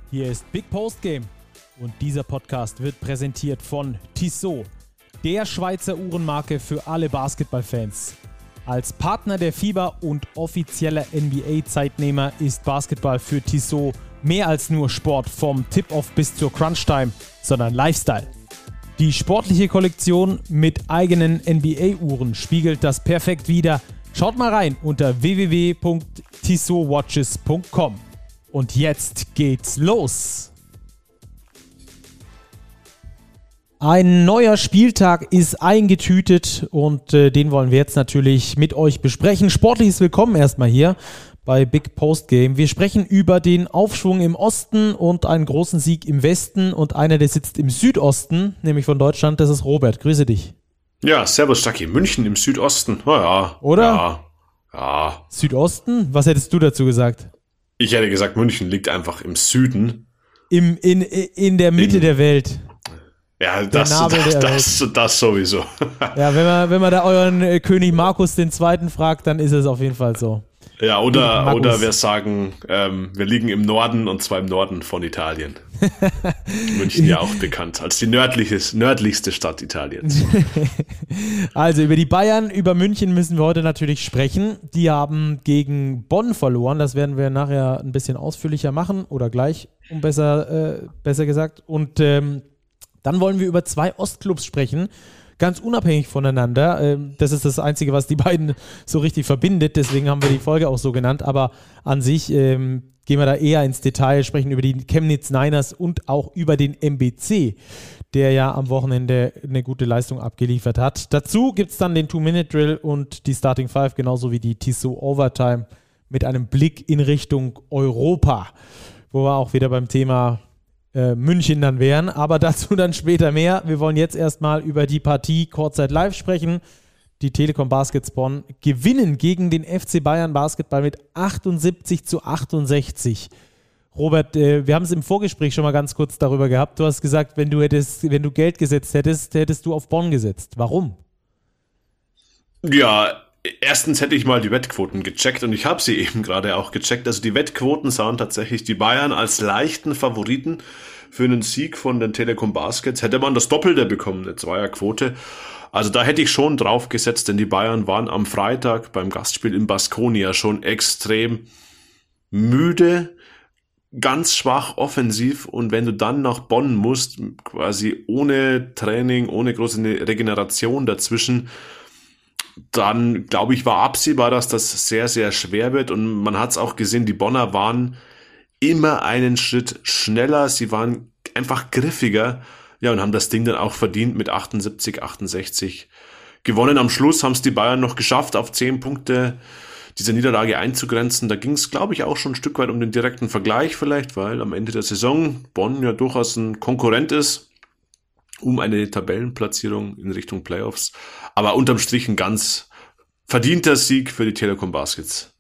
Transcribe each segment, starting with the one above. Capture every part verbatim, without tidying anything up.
Hier ist Big Post Game und dieser Podcast wird präsentiert von Tissot, der Schweizer Uhrenmarke für alle Basketballfans. Als Partner der FIBA und offizieller N B A-Zeitnehmer ist Basketball für Tissot mehr als nur Sport vom Tip-Off bis zur Crunch-Time, sondern Lifestyle. Die sportliche Kollektion mit eigenen N B A-Uhren spiegelt das perfekt wider. Schaut mal rein unter w w w punkt tissot watches punkt com. Und jetzt geht's los! Ein neuer Spieltag ist eingetütet und äh, den wollen wir jetzt natürlich mit euch besprechen. Sportliches Willkommen erstmal hier bei Big Post Game. Wir sprechen über den Aufschwung im Osten und einen großen Sieg im Westen und einer, der sitzt im Südosten, nämlich von Deutschland, das ist Robert. Grüße dich. Ja, servus Stacki. München im Südosten. Oh ja. Oder? Ja. ja. Südosten? Was hättest du dazu gesagt? Ich hätte gesagt, München liegt einfach im Süden. Im, in, in der Mitte in, der Welt. Ja, das, das, der das, das, das sowieso. Ja, wenn man, wenn man da euren äh, König Markus den Zweiten fragt, dann ist es auf jeden Fall so. Ja, oder, oder wir sagen, ähm, wir liegen im Norden und zwar im Norden von Italien. München ja auch bekannt als die nördliches, nördlichste Stadt Italiens. Also über die Bayern, über München müssen wir heute natürlich sprechen. Die haben gegen Bonn verloren. Das werden wir nachher ein bisschen ausführlicher machen oder gleich, um besser, äh, besser gesagt. Und ähm, dann wollen wir über zwei Ostclubs sprechen. Ganz unabhängig voneinander. Das ist das Einzige, was die beiden so richtig verbindet. Deswegen haben wir die Folge auch so genannt. Aber an sich ähm, gehen wir da eher ins Detail, sprechen über die Chemnitz Niners und auch über den M B C, der ja am Wochenende eine gute Leistung abgeliefert hat. Dazu gibt es dann den Two-Minute-Drill und die Starting Five, genauso wie die Tissot Overtime mit einem Blick in Richtung Europa, wo wir auch wieder beim Thema München dann wären, aber dazu dann später mehr. Wir wollen jetzt erstmal über die Partie Kurzzeit live sprechen. Die Telekom Baskets Bonn gewinnen gegen den F C Bayern Basketball mit achtundsiebzig zu achtundsechzig. Robert, äh, wir haben es im Vorgespräch schon mal ganz kurz darüber gehabt. Du hast gesagt, wenn du hättest, wenn du Geld gesetzt hättest, hättest du auf Bonn gesetzt. Warum? Ja, erstens hätte ich mal die Wettquoten gecheckt und ich habe sie eben gerade auch gecheckt. Also die Wettquoten sahen tatsächlich die Bayern als leichten Favoriten für einen Sieg von den Telekom Baskets. Hätte man das Doppelte bekommen, eine Zweierquote. Also da hätte ich schon drauf gesetzt, denn die Bayern waren am Freitag beim Gastspiel in Baskonia schon extrem müde, ganz schwach offensiv, und wenn du dann nach Bonn musst, quasi ohne Training, ohne große Regeneration dazwischen, dann, glaube ich, war absehbar, dass das sehr, sehr schwer wird, und man hat es auch gesehen, die Bonner waren immer einen Schritt schneller, sie waren einfach griffiger, ja, und haben das Ding dann auch verdient mit achtundsiebzig, achtundsechzig gewonnen. Am Schluss haben es die Bayern noch geschafft, auf zehn Punkte diese Niederlage einzugrenzen. Da ging es, glaube ich, auch schon ein Stück weit um den direkten Vergleich vielleicht, weil am Ende der Saison Bonn ja durchaus ein Konkurrent ist um eine Tabellenplatzierung in Richtung Playoffs. Aber unterm Strich ein ganz verdienter Sieg für die Telekom Baskets.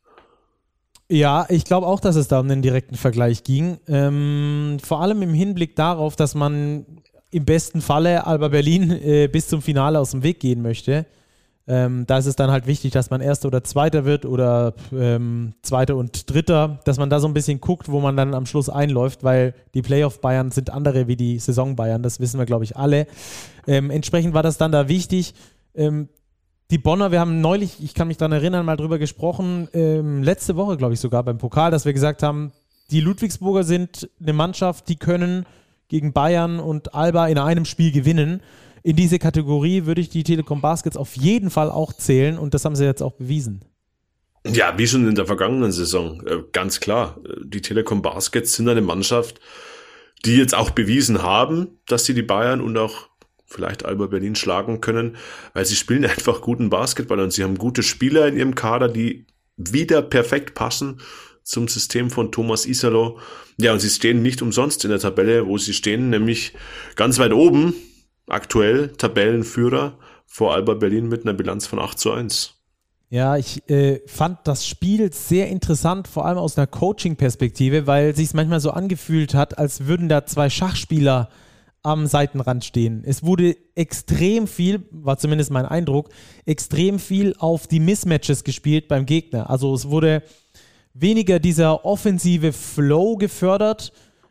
Ja, ich glaube auch, dass es da um den direkten Vergleich ging. Ähm, vor allem im Hinblick darauf, dass man im besten Falle Alba Berlin äh, bis zum Finale aus dem Weg gehen möchte. Ähm, da ist es dann halt wichtig, dass man Erster oder Zweiter wird oder ähm, Zweiter und Dritter, dass man da so ein bisschen guckt, wo man dann am Schluss einläuft, weil die Playoff-Bayern sind andere wie die Saison-Bayern, das wissen wir, glaube ich, alle. Ähm, entsprechend war das dann da wichtig. Ähm, die Bonner, wir haben neulich, ich kann mich daran erinnern, mal drüber gesprochen, ähm, letzte Woche, glaube ich, sogar beim Pokal, dass wir gesagt haben, die Ludwigsburger sind eine Mannschaft, die können gegen Bayern und Alba in einem Spiel gewinnen. In diese Kategorie würde ich die Telekom Baskets auf jeden Fall auch zählen, und das haben sie jetzt auch bewiesen. Ja, wie schon in der vergangenen Saison, ganz klar. Die Telekom Baskets sind eine Mannschaft, die jetzt auch bewiesen haben, dass sie die Bayern und auch vielleicht Alba Berlin schlagen können, weil sie spielen einfach guten Basketball und sie haben gute Spieler in ihrem Kader, die wieder perfekt passen zum System von Thomas Isalo. Ja, und sie stehen nicht umsonst in der Tabelle, wo sie stehen, nämlich ganz weit oben. Aktuell Tabellenführer vor Alba Berlin mit einer Bilanz von acht zu eins. Ja, ich äh, fand das Spiel sehr interessant, vor allem aus einer Coaching-Perspektive, weil es sich manchmal so angefühlt hat, als würden da zwei Schachspieler am Seitenrand stehen. Es wurde extrem viel, war zumindest mein Eindruck, extrem viel auf die Mismatches gespielt beim Gegner. Also es wurde weniger dieser offensive Flow gefördert,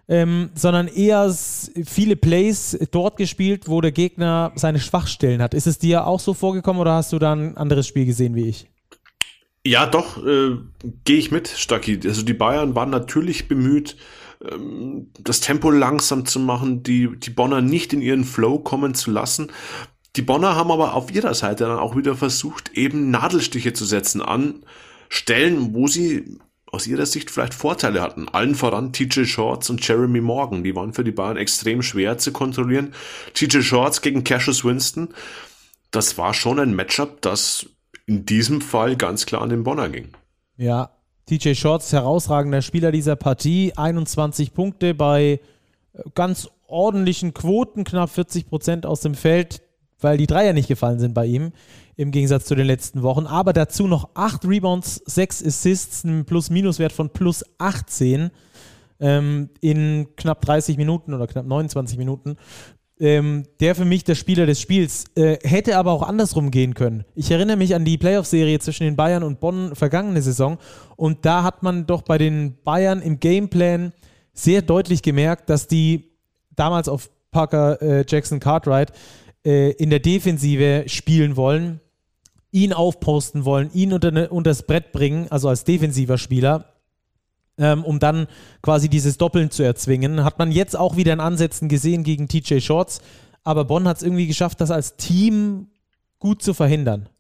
ähm, sondern eher s- viele Plays dort gespielt, wo der Gegner seine Schwachstellen hat. Ist es dir auch so vorgekommen oder hast du da ein anderes Spiel gesehen wie ich? Ja, doch, äh, gehe ich mit, Stacki. Also die Bayern waren natürlich bemüht, ähm, das Tempo langsam zu machen, die, die Bonner nicht in ihren Flow kommen zu lassen. Die Bonner haben aber auf ihrer Seite dann auch wieder versucht, eben Nadelstiche zu setzen an Stellen, wo sie aus ihrer Sicht vielleicht Vorteile hatten. Allen voran T J Shorts und Jeremy Morgan. Die waren für die Bayern extrem schwer zu kontrollieren. T J Shorts gegen Cassius Winston. Das war schon ein Matchup, das in diesem Fall ganz klar an den Bonner ging. Ja, T J Shorts, herausragender Spieler dieser Partie, einundzwanzig Punkte bei ganz ordentlichen Quoten, knapp vierzig Prozent aus dem Feld, weil die Dreier nicht gefallen sind bei ihm, im Gegensatz zu den letzten Wochen. Aber dazu noch acht Rebounds, sechs Assists, einen Plus-Minus-Wert von plus achtzehn ähm, in knapp dreißig Minuten oder knapp neunundzwanzig Minuten. Ähm, der für mich der Spieler des Spiels. Äh, hätte aber auch andersrum gehen können. Ich erinnere mich an die Playoff-Serie zwischen den Bayern und Bonn vergangene Saison und da hat man doch bei den Bayern im Gameplan sehr deutlich gemerkt, dass die damals auf Parker äh, Jackson Cartwright äh, in der Defensive spielen wollen, ihn aufposten wollen, ihn unter, ne, unter das Brett bringen, also als defensiver Spieler, ähm, um dann quasi dieses Doppeln zu erzwingen. Hat man jetzt auch wieder in Ansätzen gesehen gegen T J Shorts, aber Bonn hat es irgendwie geschafft, das als Team gut zu verhindern.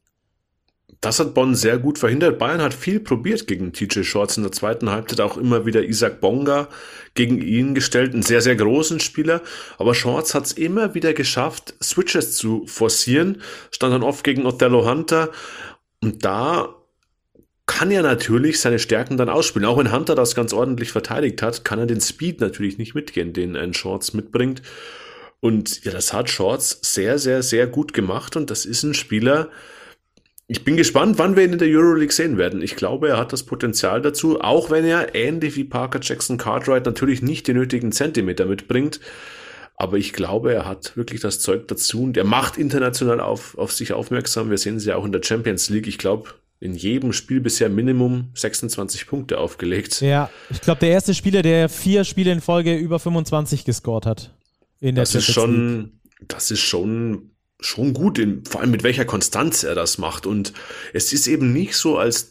Das hat Bonn sehr gut verhindert. Bayern hat viel probiert gegen T J Shorts in der zweiten Halbzeit, auch immer wieder Isaac Bonga gegen ihn gestellt, einen sehr, sehr großen Spieler. Aber Shorts hat es immer wieder geschafft, Switches zu forcieren, stand dann oft gegen Othello Hunter. Und da kann er natürlich seine Stärken dann ausspielen. Auch wenn Hunter das ganz ordentlich verteidigt hat, kann er den Speed natürlich nicht mitgehen, den ein Shorts mitbringt. Und ja, das hat Shorts sehr, sehr, sehr gut gemacht. Und das ist ein Spieler, ich bin gespannt, wann wir ihn in der Euroleague sehen werden. Ich glaube, er hat das Potenzial dazu, auch wenn er ähnlich wie Parker Jackson Cartwright natürlich nicht die nötigen Zentimeter mitbringt. Aber ich glaube, er hat wirklich das Zeug dazu und er macht international auf, auf sich aufmerksam. Wir sehen es ja auch in der Champions League. Ich glaube, in jedem Spiel bisher Minimum sechsundzwanzig Punkte aufgelegt. Ja, ich glaube, der erste Spieler, der vier Spiele in Folge über fünfundzwanzig gescored hat. In der das ist schon, das ist schon schon gut, in, vor allem mit welcher Konstanz er das macht. Und es ist eben nicht so, als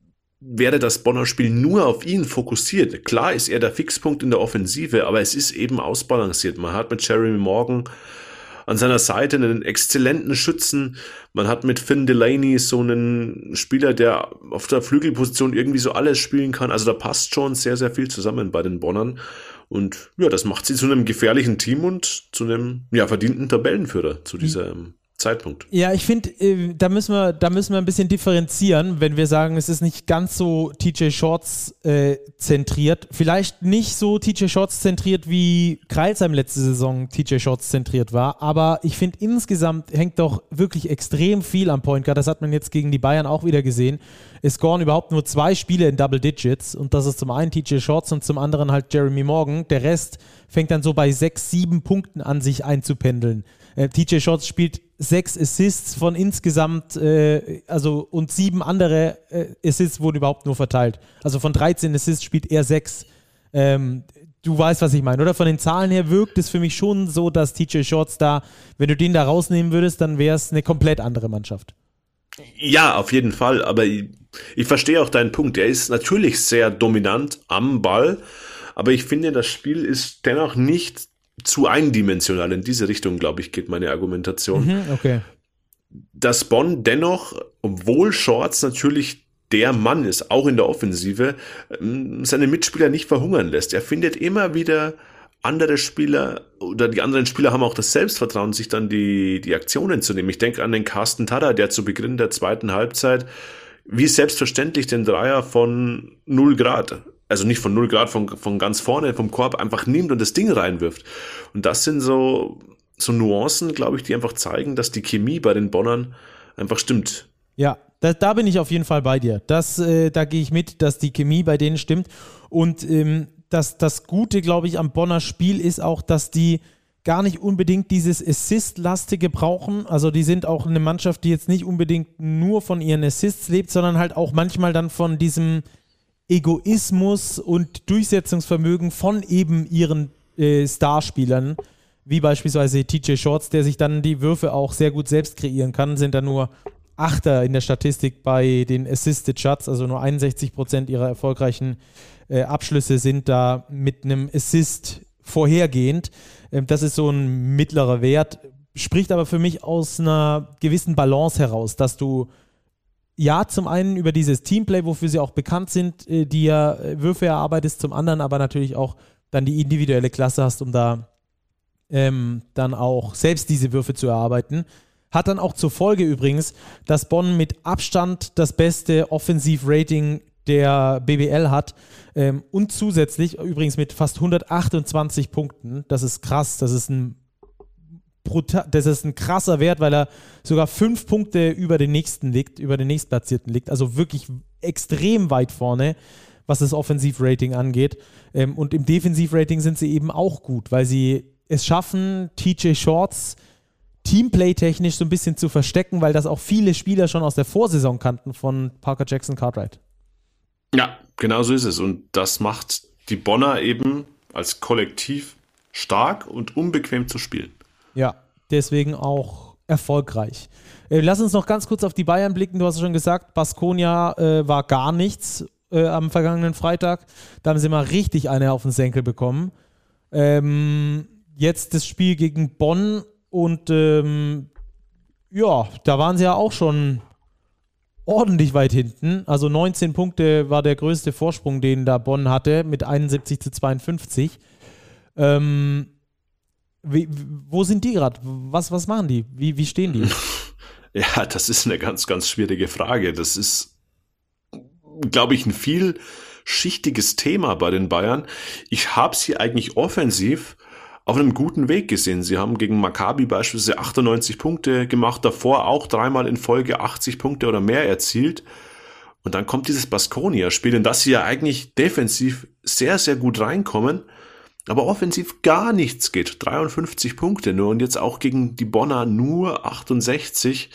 wäre das Bonner Spiel nur auf ihn fokussiert. Klar ist er der Fixpunkt in der Offensive, aber es ist eben ausbalanciert. Man hat mit Jeremy Morgan an seiner Seite einen exzellenten Schützen. Man hat mit Finn Delaney so einen Spieler, der auf der Flügelposition irgendwie so alles spielen kann. Also da passt schon sehr, sehr viel zusammen bei den Bonnern. Und ja, das macht sie zu einem gefährlichen Team und zu einem ja, verdienten Tabellenführer zu diesem Zeitpunkt. Ja, ich finde, äh, da müssen wir, da müssen wir ein bisschen differenzieren, wenn wir sagen, es ist nicht ganz so T J Shorts äh, zentriert. Vielleicht nicht so T J Shorts zentriert, wie Kreilsheim letzte Saison T J Shorts zentriert war. Aber ich finde, insgesamt hängt doch wirklich extrem viel am Point Guard. Das hat man jetzt gegen die Bayern auch wieder gesehen. Es scoren überhaupt nur zwei Spiele in Double Digits und das ist zum einen T J Shorts und zum anderen halt Jeremy Morgan. Der Rest fängt dann so bei sechs, sieben Punkten an, sich einzupendeln. Äh, T J Shorts spielt sechs Assists von insgesamt, äh, also und sieben andere äh, Assists wurden überhaupt nur verteilt. Also von dreizehn Assists spielt er sechs. Ähm, du weißt, was ich meine, oder? Von den Zahlen her wirkt es für mich schon so, dass T J Shorts da, wenn du den da rausnehmen würdest, dann wäre es eine komplett andere Mannschaft. Ja, auf jeden Fall, aber ich, ich verstehe auch deinen Punkt. Er ist natürlich sehr dominant am Ball, aber ich finde, das Spiel ist dennoch nicht zu eindimensional. In diese Richtung, glaube ich, geht meine Argumentation. Mhm, okay. Dass Bonn dennoch, obwohl Shorts natürlich der Mann ist, auch in der Offensive, seine Mitspieler nicht verhungern lässt. Er findet immer wieder andere Spieler oder die anderen Spieler haben auch das Selbstvertrauen, sich dann die, die Aktionen zu nehmen. Ich denke an den Carsten Tada, der zu Beginn der zweiten Halbzeit wie selbstverständlich den Dreier von null Grad, also nicht von null Grad, von, von ganz vorne vom Korb einfach nimmt und das Ding reinwirft. Und das sind so, so Nuancen, glaube ich, die einfach zeigen, dass die Chemie bei den Bonnern einfach stimmt. Ja, da, da bin ich auf jeden Fall bei dir. Das, äh, da gehe ich mit, dass die Chemie bei denen stimmt. Und ähm, das, das Gute, glaube ich, am Bonner Spiel ist auch, dass die gar nicht unbedingt dieses Assist-lastige brauchen. Also die sind auch eine Mannschaft, die jetzt nicht unbedingt nur von ihren Assists lebt, sondern halt auch manchmal dann von diesem Egoismus und Durchsetzungsvermögen von eben ihren äh, Starspielern, wie beispielsweise T J Shorts, der sich dann die Würfe auch sehr gut selbst kreieren kann, sind da nur Achter in der Statistik bei den Assisted Shots, also nur einundsechzig Prozent ihrer erfolgreichen äh, Abschlüsse sind da mit einem Assist vorhergehend. Ähm, das ist so ein mittlerer Wert, spricht aber für mich aus einer gewissen Balance heraus, dass du ja zum einen über dieses Teamplay, wofür sie auch bekannt sind, äh, die ja Würfe erarbeitest, zum anderen aber natürlich auch dann die individuelle Klasse hast, um da ähm, dann auch selbst diese Würfe zu erarbeiten. Hat dann auch zur Folge übrigens, dass Bonn mit Abstand das beste Offensivrating der B B L hat ähm, und zusätzlich übrigens mit fast hundertachtundzwanzig Punkten. Das ist krass, das ist ein brutal, das ist ein krasser Wert, weil er sogar fünf Punkte über den nächsten liegt, über den nächstplatzierten liegt. Also wirklich extrem weit vorne, was das Offensivrating angeht. Ähm, und im Defensivrating sind sie eben auch gut, weil sie es schaffen, T J Shorts Teamplay-technisch so ein bisschen zu verstecken, weil das auch viele Spieler schon aus der Vorsaison kannten von Parker Jackson Cartwright. Ja, genau so ist es. Und das macht die Bonner eben als Kollektiv stark und unbequem zu spielen. Ja, deswegen auch erfolgreich. Äh, lass uns noch ganz kurz auf die Bayern blicken. Du hast schon gesagt, Baskonia äh, war gar nichts äh, am vergangenen Freitag. Da haben sie mal richtig eine auf den Senkel bekommen. Ähm, jetzt das Spiel gegen Bonn. Und ähm, ja, da waren sie ja auch schon ordentlich weit hinten. Also neunzehn Punkte war der größte Vorsprung, den da Bonn hatte, mit einundsiebzig zu zweiundfünfzig. Ähm, wie, wo sind die gerade? Was, was machen die? Wie, wie stehen die? Ja, das ist eine ganz, ganz schwierige Frage. Das ist, glaube ich, ein vielschichtiges Thema bei den Bayern. Ich habe sie eigentlich offensiv auf einem guten Weg gesehen. Sie haben gegen Maccabi beispielsweise achtundneunzig Punkte gemacht, davor auch dreimal in Folge achtzig Punkte oder mehr erzielt. Und dann kommt dieses Baskonia-Spiel, in das sie ja eigentlich defensiv sehr, sehr gut reinkommen, aber offensiv gar nichts geht. dreiundfünfzig Punkte nur und jetzt auch gegen die Bonner nur achtundsechzig.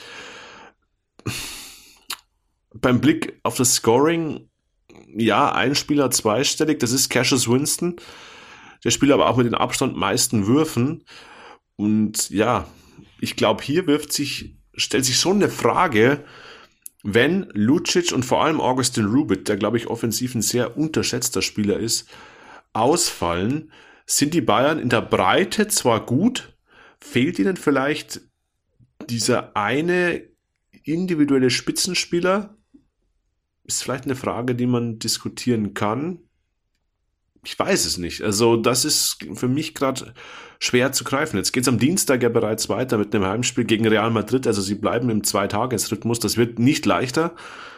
Beim Blick auf das Scoring, ja, ein Spieler zweistellig, das ist Cassius Winston. Der spielt aber auch mit den Abstand meisten Würfen. Und ja, ich glaube, hier wirft sich, stellt sich schon eine Frage, wenn Lucic und vor allem Augustin Rubit, der glaube ich offensiv ein sehr unterschätzter Spieler ist, ausfallen, sind die Bayern in der Breite zwar gut, fehlt ihnen vielleicht dieser eine individuelle Spitzenspieler? Ist vielleicht eine Frage, die man diskutieren kann. Ich weiß es nicht. Also das ist für mich gerade schwer zu greifen. Jetzt geht es am Dienstag ja bereits weiter mit einem Heimspiel gegen Real Madrid. Also sie bleiben im Zweitagesrhythmus. Das wird nicht leichter.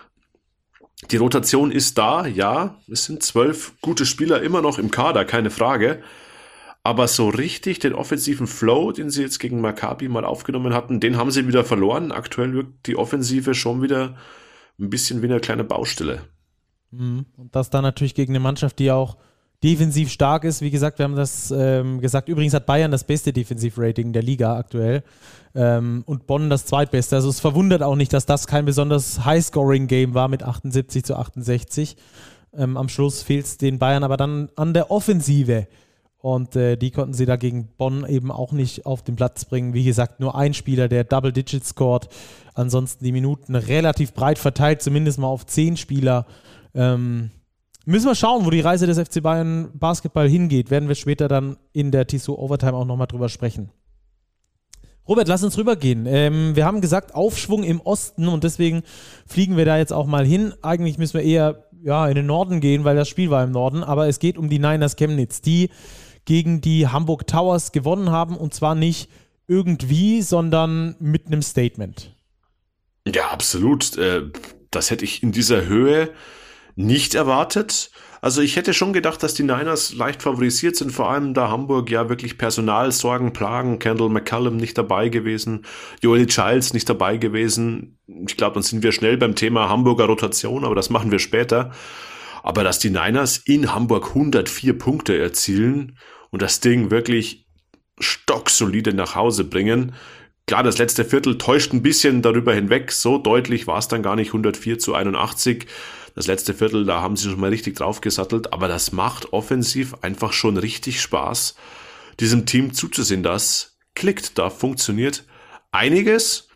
Die Rotation ist da, ja. Es sind zwölf gute Spieler immer noch im Kader, keine Frage. Aber so richtig den offensiven Flow, den sie jetzt gegen Maccabi mal aufgenommen hatten, den haben sie wieder verloren. Aktuell wirkt die Offensive schon wieder ein bisschen wie eine kleine Baustelle. Und das dann natürlich gegen eine Mannschaft, die ja auch defensiv stark ist. Wie gesagt, wir haben das ähm, gesagt. Übrigens hat Bayern das beste Defensivrating der Liga aktuell ähm, und Bonn das zweitbeste. Also es verwundert auch nicht, dass das kein besonders High-Scoring-Game war mit achtundsiebzig zu achtundsechzig. Ähm, am Schluss fehlt es den Bayern aber dann an der Offensive. Und äh, die konnten sie da gegen Bonn eben auch nicht auf den Platz bringen. Wie gesagt, nur ein Spieler, der Double Digit scored. Ansonsten die Minuten relativ breit verteilt, zumindest mal auf zehn Spieler. Ähm, müssen wir schauen, wo die Reise des F C Bayern Basketball hingeht. Werden wir später dann in der Tissot Overtime auch nochmal drüber sprechen. Robert, lass uns rübergehen. Ähm, wir haben gesagt, Aufschwung im Osten und deswegen fliegen wir da jetzt auch mal hin. Eigentlich müssen wir eher ja, in den Norden gehen, weil das Spiel war im Norden. Aber es geht um die Niners Chemnitz, die gegen die Hamburg Towers gewonnen haben und zwar nicht irgendwie, sondern mit einem Statement. Ja, absolut. Das hätte ich in dieser Höhe nicht erwartet. Also ich hätte schon gedacht, dass die Niners leicht favorisiert sind, vor allem da Hamburg ja wirklich Personalsorgen plagen. Kendall McCallum nicht dabei gewesen, Joel Childs nicht dabei gewesen. Ich glaube, dann sind wir schnell beim Thema Hamburger Rotation, aber das machen wir später. Aber dass die Niners in Hamburg hundertvier Punkte erzielen und das Ding wirklich stocksolide nach Hause bringen. Klar, das letzte Viertel täuscht ein bisschen darüber hinweg. So deutlich war es dann gar nicht, hundertvier zu einundachtzig. Das letzte Viertel, da haben sie schon mal richtig draufgesattelt, aber das macht offensiv einfach schon richtig Spaß, diesem Team zuzusehen. Das klickt, da funktioniert einiges.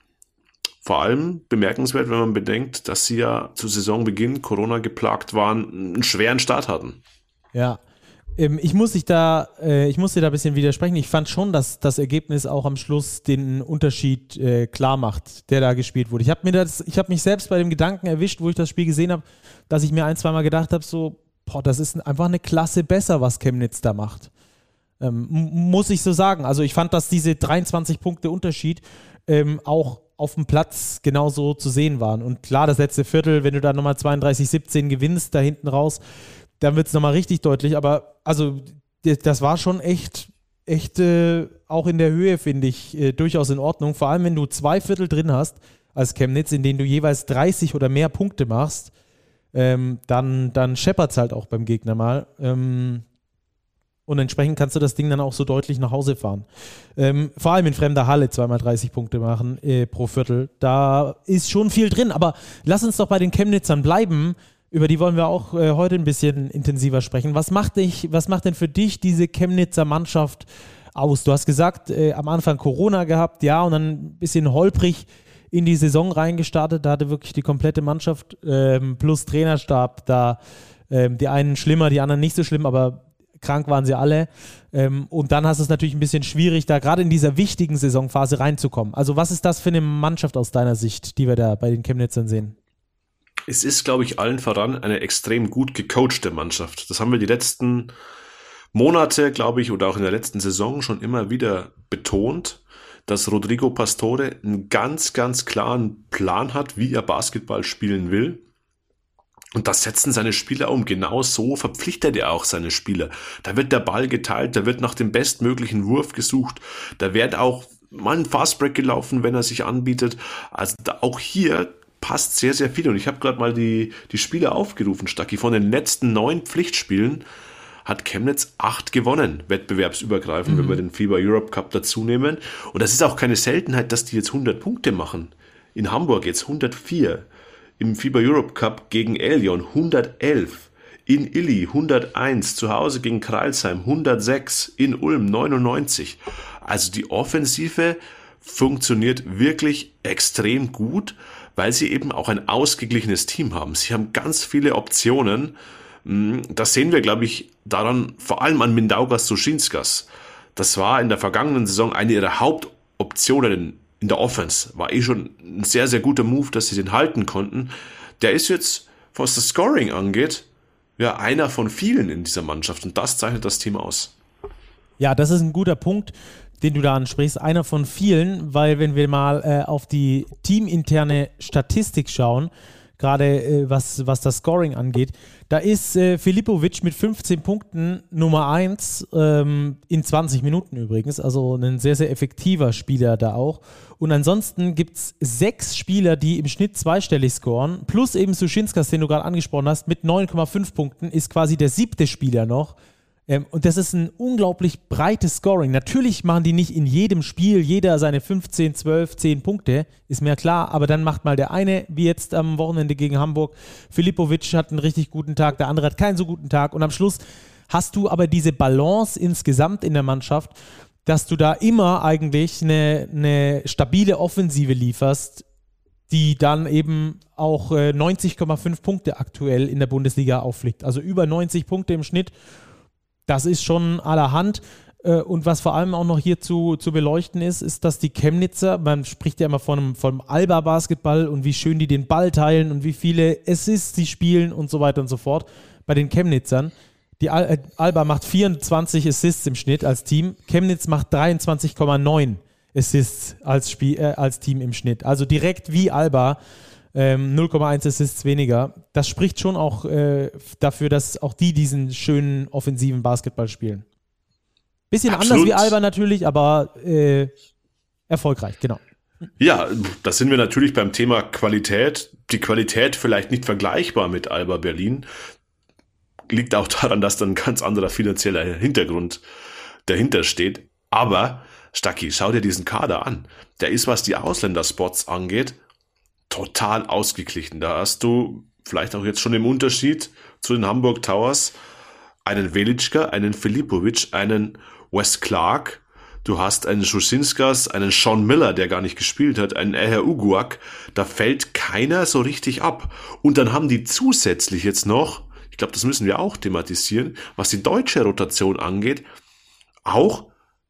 Vor allem bemerkenswert, wenn man bedenkt, dass sie ja zu Saisonbeginn Corona geplagt waren, einen schweren Start hatten. Ja, ich muss dich da, ich muss dir da ein bisschen widersprechen. Ich fand schon, dass das Ergebnis auch am Schluss den Unterschied äh, klar macht, der da gespielt wurde. Ich habe mir das, ich habe mich selbst bei dem Gedanken erwischt, wo ich das Spiel gesehen habe, dass ich mir ein, zweimal gedacht habe, so, boah, das ist einfach eine Klasse besser, was Chemnitz da macht. Ähm, muss ich so sagen. Also ich fand, dass diese dreiundzwanzig Punkte Unterschied ähm, auch auf dem Platz genauso zu sehen waren. Und klar, das letzte Viertel, wenn du da nochmal zweiunddreißig siebzehn gewinnst, da hinten raus, dann wird es nochmal richtig deutlich, aber also das war schon echt, echt äh, auch in der Höhe, finde ich, äh, durchaus in Ordnung. Vor allem, wenn du zwei Viertel drin hast als Chemnitz, in denen du jeweils dreißig oder mehr Punkte machst, ähm, dann, dann scheppert es halt auch beim Gegner mal. Ähm, und entsprechend kannst du das Ding dann auch so deutlich nach Hause fahren. Ähm, vor allem in fremder Halle zweimal dreißig Punkte machen äh, pro Viertel. Da ist schon viel drin, aber lass uns doch bei den Chemnitzern bleiben. Über die wollen wir auch äh, heute ein bisschen intensiver sprechen. Was macht dich, was macht denn für dich diese Chemnitzer Mannschaft aus? Du hast gesagt, äh, am Anfang Corona gehabt, ja, und dann ein bisschen holprig in die Saison reingestartet. Da hatte wirklich die komplette Mannschaft ähm, plus Trainerstab da. Ähm, die einen schlimmer, die anderen nicht so schlimm, aber krank waren sie alle. Ähm, und dann hast du es natürlich ein bisschen schwierig, da gerade in dieser wichtigen Saisonphase reinzukommen. Also was ist das für eine Mannschaft aus deiner Sicht, die wir da bei den Chemnitzern sehen? Es ist, glaube ich, allen voran eine extrem gut gecoachte Mannschaft. Das haben wir die letzten Monate, glaube ich, oder auch in der letzten Saison schon immer wieder betont, dass Rodrigo Pastore einen ganz, ganz klaren Plan hat, wie er Basketball spielen will. Und das setzen seine Spieler um. Genau so verpflichtet er auch seine Spieler. Da wird der Ball geteilt, da wird nach dem bestmöglichen Wurf gesucht, da wird auch mal ein Fastbreak gelaufen, wenn er sich anbietet. Also da, auch hier passt sehr, sehr viel. Und ich habe gerade mal die, die Spiele aufgerufen, Stacki. Von den letzten neun Pflichtspielen hat Chemnitz acht gewonnen, wettbewerbsübergreifend, mhm. wenn wir den FIBA Europe Cup dazu nehmen. Und das ist auch keine Seltenheit, dass die jetzt hundert Punkte machen. In Hamburg jetzt hundertvier. Im FIBA Europe Cup gegen Elion hundertelf. In Illy hunderteins. Zu Hause gegen Crailsheim hundertsechs. In Ulm neunundneunzig. Also die Offensive funktioniert wirklich extrem gut, weil sie eben auch ein ausgeglichenes Team haben. Sie haben ganz viele Optionen. Das sehen wir, glaube ich, daran, vor allem an Mindaugas Suschinskas. Das war in der vergangenen Saison eine ihrer Hauptoptionen in der Offense. War eh schon ein sehr, sehr guter Move, dass sie den halten konnten. Der ist jetzt, was das Scoring angeht, ja einer von vielen in dieser Mannschaft. Und das zeichnet das Team aus. Ja, das ist ein guter Punkt, den du da ansprichst, einer von vielen, weil wenn wir mal äh, auf die teaminterne Statistik schauen, gerade äh, was, was das Scoring angeht, da ist äh, Filipovic mit fünfzehn Punkten Nummer eins, ähm, in zwanzig Minuten übrigens, also ein sehr, sehr effektiver Spieler da auch. Und ansonsten gibt es sechs Spieler, die im Schnitt zweistellig scoren, plus eben Suschinskas, den du gerade angesprochen hast, mit neun Komma fünf Punkten, ist quasi der siebte Spieler noch. Ähm, und das ist ein unglaublich breites Scoring. Natürlich machen die nicht in jedem Spiel jeder seine fünfzehn, zwölf, zehn Punkte, ist mir klar, aber dann macht mal der eine, wie jetzt am Wochenende gegen Hamburg, Filipovic hat einen richtig guten Tag, der andere hat keinen so guten Tag und am Schluss hast du aber diese Balance insgesamt in der Mannschaft, dass du da immer eigentlich eine, eine stabile Offensive lieferst, die dann eben auch äh, neunzig Komma fünf Punkte aktuell in der Bundesliga auffliegt. Also über neunzig Punkte im Schnitt. Das ist schon allerhand. Und was vor allem auch noch hier zu, zu beleuchten ist, ist, dass die Chemnitzer, man spricht ja immer von einem, von einem Alba-Basketball und wie schön die den Ball teilen und wie viele Assists sie spielen und so weiter und so fort. Bei den Chemnitzern, die Al- Alba macht vierundzwanzig Assists im Schnitt als Team, Chemnitz macht dreiundzwanzig Komma neun Assists als, Spiel, äh, als Team im Schnitt. Also direkt wie Alba. Ähm, null Komma eins Assists weniger. Das spricht schon auch äh, dafür, dass auch die diesen schönen offensiven Basketball spielen. Bisschen Absolut. Anders wie Alba natürlich, aber äh, erfolgreich, genau. Ja, da sind wir natürlich beim Thema Qualität. Die Qualität vielleicht nicht vergleichbar mit Alba Berlin. Liegt auch daran, dass da ein ganz anderer finanzieller Hintergrund dahinter steht. Aber, Stacki, schau dir diesen Kader an. Der ist, was die Ausländerspots angeht, total ausgeglichen. Da hast du vielleicht auch jetzt schon im Unterschied zu den Hamburg Towers, einen Velitschka, einen Filipovic, einen Wes Clark, du hast einen Schusinskas, einen Sean Miller, der gar nicht gespielt hat, einen Eher Uguak, da fällt keiner so richtig ab. Und dann haben die zusätzlich jetzt noch, ich glaube, das müssen wir auch thematisieren, was die deutsche Rotation angeht, auch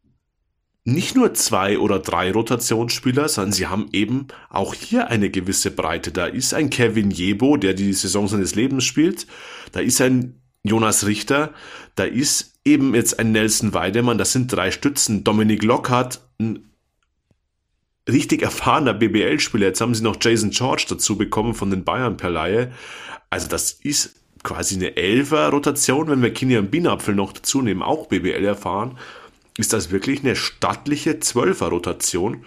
nicht nur zwei oder drei Rotationsspieler, sondern sie haben eben auch hier eine gewisse Breite. Da ist ein Kevin Jebo, der die Saison seines Lebens spielt. Da ist ein Jonas Richter. Da ist eben jetzt ein Nelson Weidemann. Das sind drei Stützen. Dominik Lockhart, ein richtig erfahrener B B L-Spieler. Jetzt haben sie noch Jason George dazu bekommen von den Bayern per Leihe. Also das ist quasi eine Elfer-Rotation. Wenn wir Kilian Bienapfel noch dazu nehmen, auch B B L erfahren, ist das wirklich eine stattliche Zwölfer-Rotation,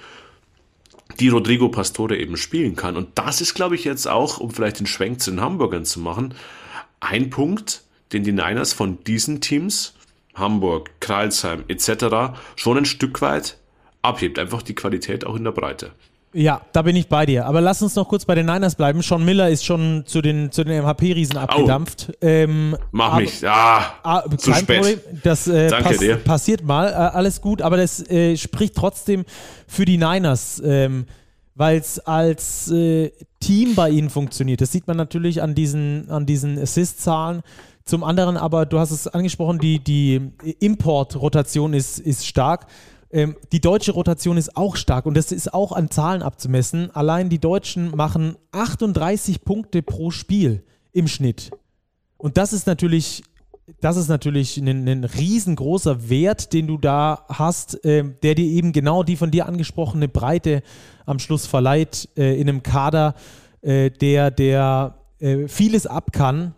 die Rodrigo Pastore eben spielen kann. Und das ist, glaube ich, jetzt auch, um vielleicht den Schwenk zu den Hamburgern zu machen, ein Punkt, den die Niners von diesen Teams, Hamburg, Crailsheim et cetera, schon ein Stück weit abhebt. Einfach die Qualität auch in der Breite. Ja, da bin ich bei dir. Aber lass uns noch kurz bei den Niners bleiben. Sean Miller ist schon zu den, zu den M H P-Riesen abgedampft. Oh, ähm, mach aber, mich. Ah, ah, zu spät. Problem. Das äh, Danke pass, dir. passiert mal. Äh, alles gut. Aber das äh, spricht trotzdem für die Niners, ähm, weil es als äh, Team bei ihnen funktioniert. Das sieht man natürlich an diesen, an diesen Assist-Zahlen. Zum anderen aber, du hast es angesprochen, die, die Import-Rotation ist, ist stark. Ähm, die deutsche Rotation ist auch stark und das ist auch an Zahlen abzumessen. Allein die Deutschen machen achtunddreißig Punkte pro Spiel im Schnitt. Und das ist natürlich, das ist natürlich ein, ein riesengroßer Wert, den du da hast, äh, der dir eben genau die von dir angesprochene Breite am Schluss verleiht äh, in einem Kader, äh, der, der äh, vieles ab kann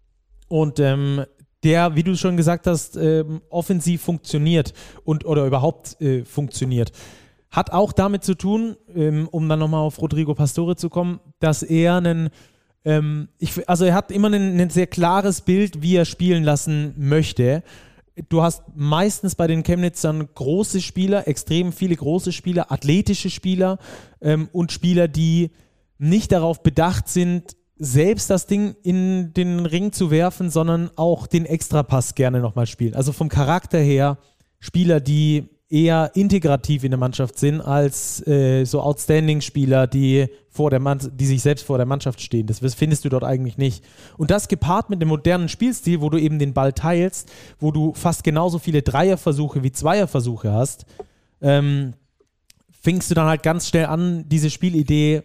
und ähm, der, wie du schon gesagt hast, ähm, offensiv funktioniert und oder überhaupt äh, funktioniert. Hat auch damit zu tun, ähm, um dann nochmal auf Rodrigo Pastore zu kommen, dass er einen, ähm, ich, also er hat immer ein, ein sehr klares Bild, wie er spielen lassen möchte. Du hast meistens bei den Chemnitzern große Spieler, extrem viele große Spieler, athletische Spieler ähm, und Spieler, die nicht darauf bedacht sind, selbst das Ding in den Ring zu werfen, sondern auch den Extrapass gerne nochmal spielen. Also vom Charakter her Spieler, die eher integrativ in der Mannschaft sind, als äh, so Outstanding-Spieler, die, vor der Mann- die sich selbst vor der Mannschaft stehen. Das findest du dort eigentlich nicht. Und das gepaart mit dem modernen Spielstil, wo du eben den Ball teilst, wo du fast genauso viele Dreierversuche wie Zweierversuche hast, ähm, fingst du dann halt ganz schnell an, diese Spielidee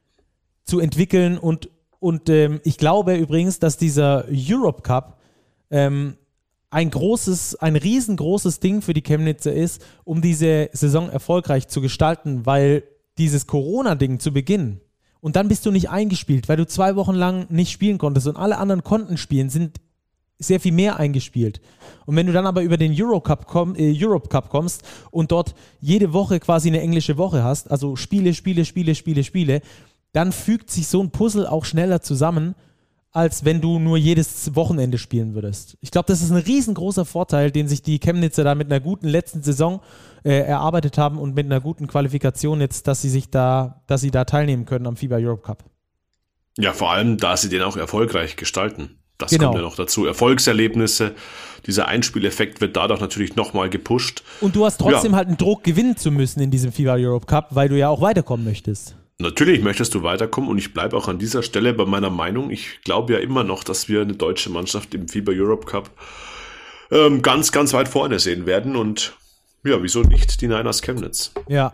zu entwickeln und Und ähm, ich glaube übrigens, dass dieser Europe Cup ähm, ein großes, ein riesengroßes Ding für die Chemnitzer ist, um diese Saison erfolgreich zu gestalten, weil dieses Corona-Ding zu Beginn und dann bist du nicht eingespielt, weil du zwei Wochen lang nicht spielen konntest und alle anderen konnten spielen, sind sehr viel mehr eingespielt. Und wenn du dann aber über den Euro Cup komm, äh, Europe Cup kommst und dort jede Woche quasi eine englische Woche hast, also Spiele, Spiele, Spiele, Spiele, Spiele, dann fügt sich so ein Puzzle auch schneller zusammen, als wenn du nur jedes Wochenende spielen würdest. Ich glaube, das ist ein riesengroßer Vorteil, den sich die Chemnitzer da mit einer guten letzten Saison äh, erarbeitet haben und mit einer guten Qualifikation jetzt, dass sie sich da, dass sie da teilnehmen können am FIBA Europe Cup. Ja, vor allem, da sie den auch erfolgreich gestalten. Das genau. kommt ja noch dazu. Erfolgserlebnisse, dieser Einspieleffekt wird dadurch natürlich nochmal gepusht. Und du hast trotzdem ja. halt einen Druck, gewinnen zu müssen in diesem FIBA Europe Cup, weil du ja auch weiterkommen möchtest. Natürlich möchtest du weiterkommen und ich bleibe auch an dieser Stelle bei meiner Meinung. Ich glaube ja immer noch, dass wir eine deutsche Mannschaft im FIBA Europe Cup ähm, ganz, ganz weit vorne sehen werden und ja, wieso nicht die Niners Chemnitz? Ja.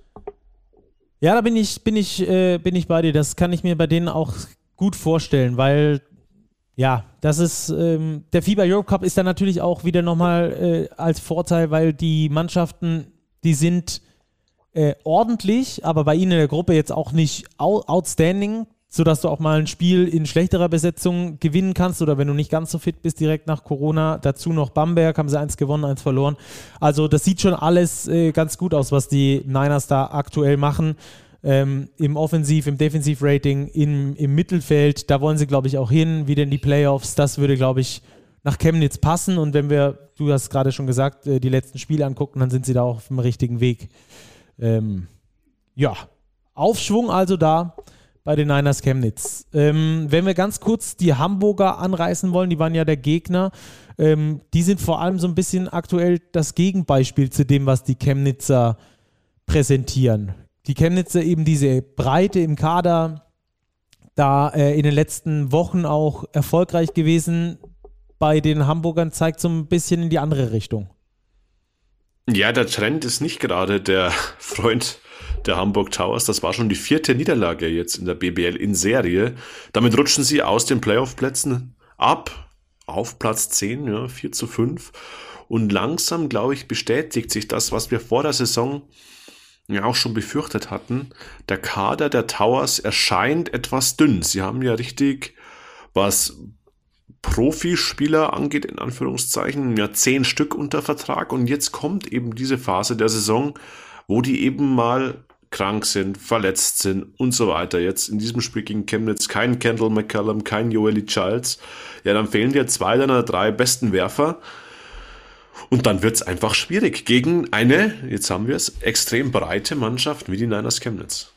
Ja, da bin ich, bin ich, äh, bin ich bei dir. Das kann ich mir bei denen auch gut vorstellen, weil ja, das ist, ähm, der FIBA Europe Cup ist dann natürlich auch wieder nochmal äh, als Vorteil, weil die Mannschaften, die sind Äh, ordentlich, aber bei ihnen in der Gruppe jetzt auch nicht outstanding, sodass du auch mal ein Spiel in schlechterer Besetzung gewinnen kannst oder wenn du nicht ganz so fit bist direkt nach Corona. Dazu noch Bamberg, haben sie eins gewonnen, eins verloren. Also das sieht schon alles äh, ganz gut aus, was die Niners da aktuell machen. Ähm, im Offensiv-, im Defensiv-Rating, im, im Mittelfeld, da wollen sie, glaube ich, auch hin, wieder in die Playoffs. Das würde, glaube ich, nach Chemnitz passen und wenn wir, du hast gerade schon gesagt, äh, die letzten Spiele angucken, dann sind sie da auch auf dem richtigen Weg. Ähm, ja, Aufschwung also da bei den Niners Chemnitz. Ähm, wenn wir ganz kurz die Hamburger anreißen wollen, die waren ja der Gegner, ähm, die sind vor allem so ein bisschen aktuell das Gegenbeispiel zu dem, was die Chemnitzer präsentieren. Die Chemnitzer eben diese Breite im Kader, da äh, in den letzten Wochen auch erfolgreich gewesen. Bei den Hamburgern zeigt so ein bisschen in die andere Richtung. Ja, der Trend ist nicht gerade der Freund der Hamburg Towers. Das war schon die vierte Niederlage jetzt in der B B L in Serie. Damit rutschen sie aus den Playoff-Plätzen ab auf Platz zehn, ja, vier zu fünf. Und langsam, glaube ich, bestätigt sich das, was wir vor der Saison ja auch schon befürchtet hatten. Der Kader der Towers erscheint etwas dünn. Sie haben ja richtig, was Profispieler angeht, in Anführungszeichen, ja zehn Stück unter Vertrag. Und jetzt kommt eben diese Phase der Saison, wo die eben mal krank sind, verletzt sind und so weiter. Jetzt in diesem Spiel gegen Chemnitz kein Kendall McCallum, kein Joely Childs. Ja, dann fehlen dir zwei deiner drei besten Werfer. Und dann wird es einfach schwierig gegen eine, jetzt haben wir es, extrem breite Mannschaft wie die Niners Chemnitz.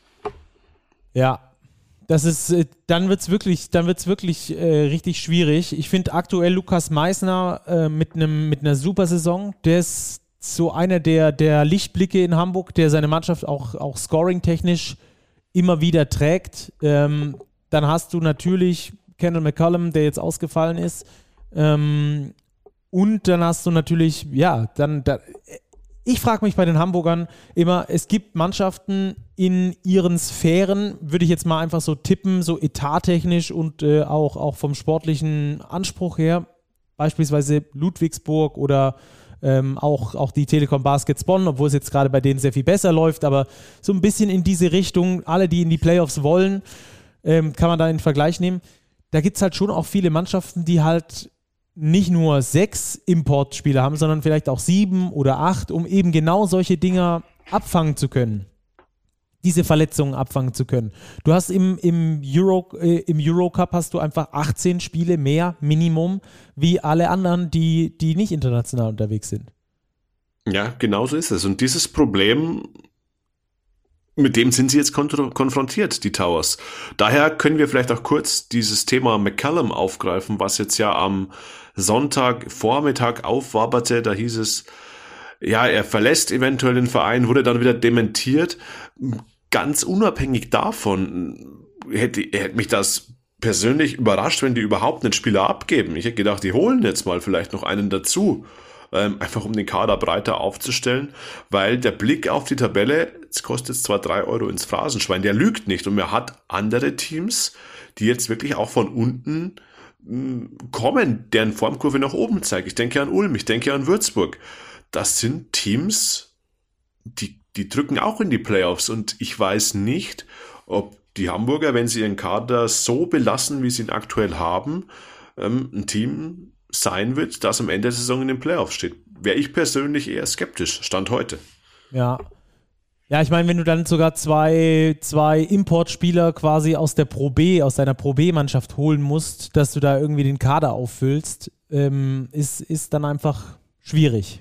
Ja, das ist, dann wird es wirklich, dann wird's wirklich äh, richtig schwierig. Ich finde aktuell Lukas Meissner äh, mit einem mit einer super Saison. Der ist so einer der, der Lichtblicke in Hamburg, der seine Mannschaft auch, auch scoring-technisch immer wieder trägt. Ähm, dann hast du natürlich Kendall McCallum, der jetzt ausgefallen ist. Ähm, und dann hast du natürlich, ja, dann, da, ich frage mich bei den Hamburgern immer, es gibt Mannschaften in ihren Sphären, würde ich jetzt mal einfach so tippen, so etattechnisch und äh, auch, auch vom sportlichen Anspruch her, beispielsweise Ludwigsburg oder ähm, auch, auch die Telekom Baskets Bonn, obwohl es jetzt gerade bei denen sehr viel besser läuft, aber so ein bisschen in diese Richtung, alle, die in die Playoffs wollen, ähm, kann man da in den Vergleich nehmen. Da gibt es halt schon auch viele Mannschaften, die halt nicht nur sechs Importspieler haben, sondern vielleicht auch sieben oder acht, um eben genau solche Dinger abfangen zu können. Diese Verletzungen abfangen zu können. Du hast im, im, Euro, äh, im Eurocup hast du einfach achtzehn Spiele mehr Minimum wie alle anderen, die, die nicht international unterwegs sind. Ja, genau so ist es. Und dieses Problem, mit dem sind sie jetzt kon- konfrontiert, die Towers. Daher können wir vielleicht auch kurz dieses Thema McCallum aufgreifen, was jetzt ja am Sonntagvormittag aufwaberte. Da hieß es, ja, er verlässt eventuell den Verein, wurde dann wieder dementiert. Ganz unabhängig davon hätte, hätte mich das persönlich überrascht, wenn die überhaupt einen Spieler abgeben. Ich hätte gedacht, die holen jetzt mal vielleicht noch einen dazu. Einfach um den Kader breiter aufzustellen, weil der Blick auf die Tabelle, jetzt kostet es zwar drei Euro ins Phrasenschwein, der lügt nicht und man hat andere Teams, die jetzt wirklich auch von unten mh, kommen, deren Formkurve nach oben zeigt. Ich denke an Ulm, ich denke an Würzburg. Das sind Teams, die, die drücken auch in die Playoffs und ich weiß nicht, ob die Hamburger, wenn sie ihren Kader so belassen, wie sie ihn aktuell haben, ähm, ein Team sein wird, das am Ende der Saison in den Playoffs steht. Wäre ich persönlich eher skeptisch, Stand heute. Ja. Ja, ich meine, wenn du dann sogar zwei, zwei Importspieler quasi aus der Pro B, aus deiner Pro B-Mannschaft holen musst, dass du da irgendwie den Kader auffüllst, ähm, ist, ist dann einfach schwierig.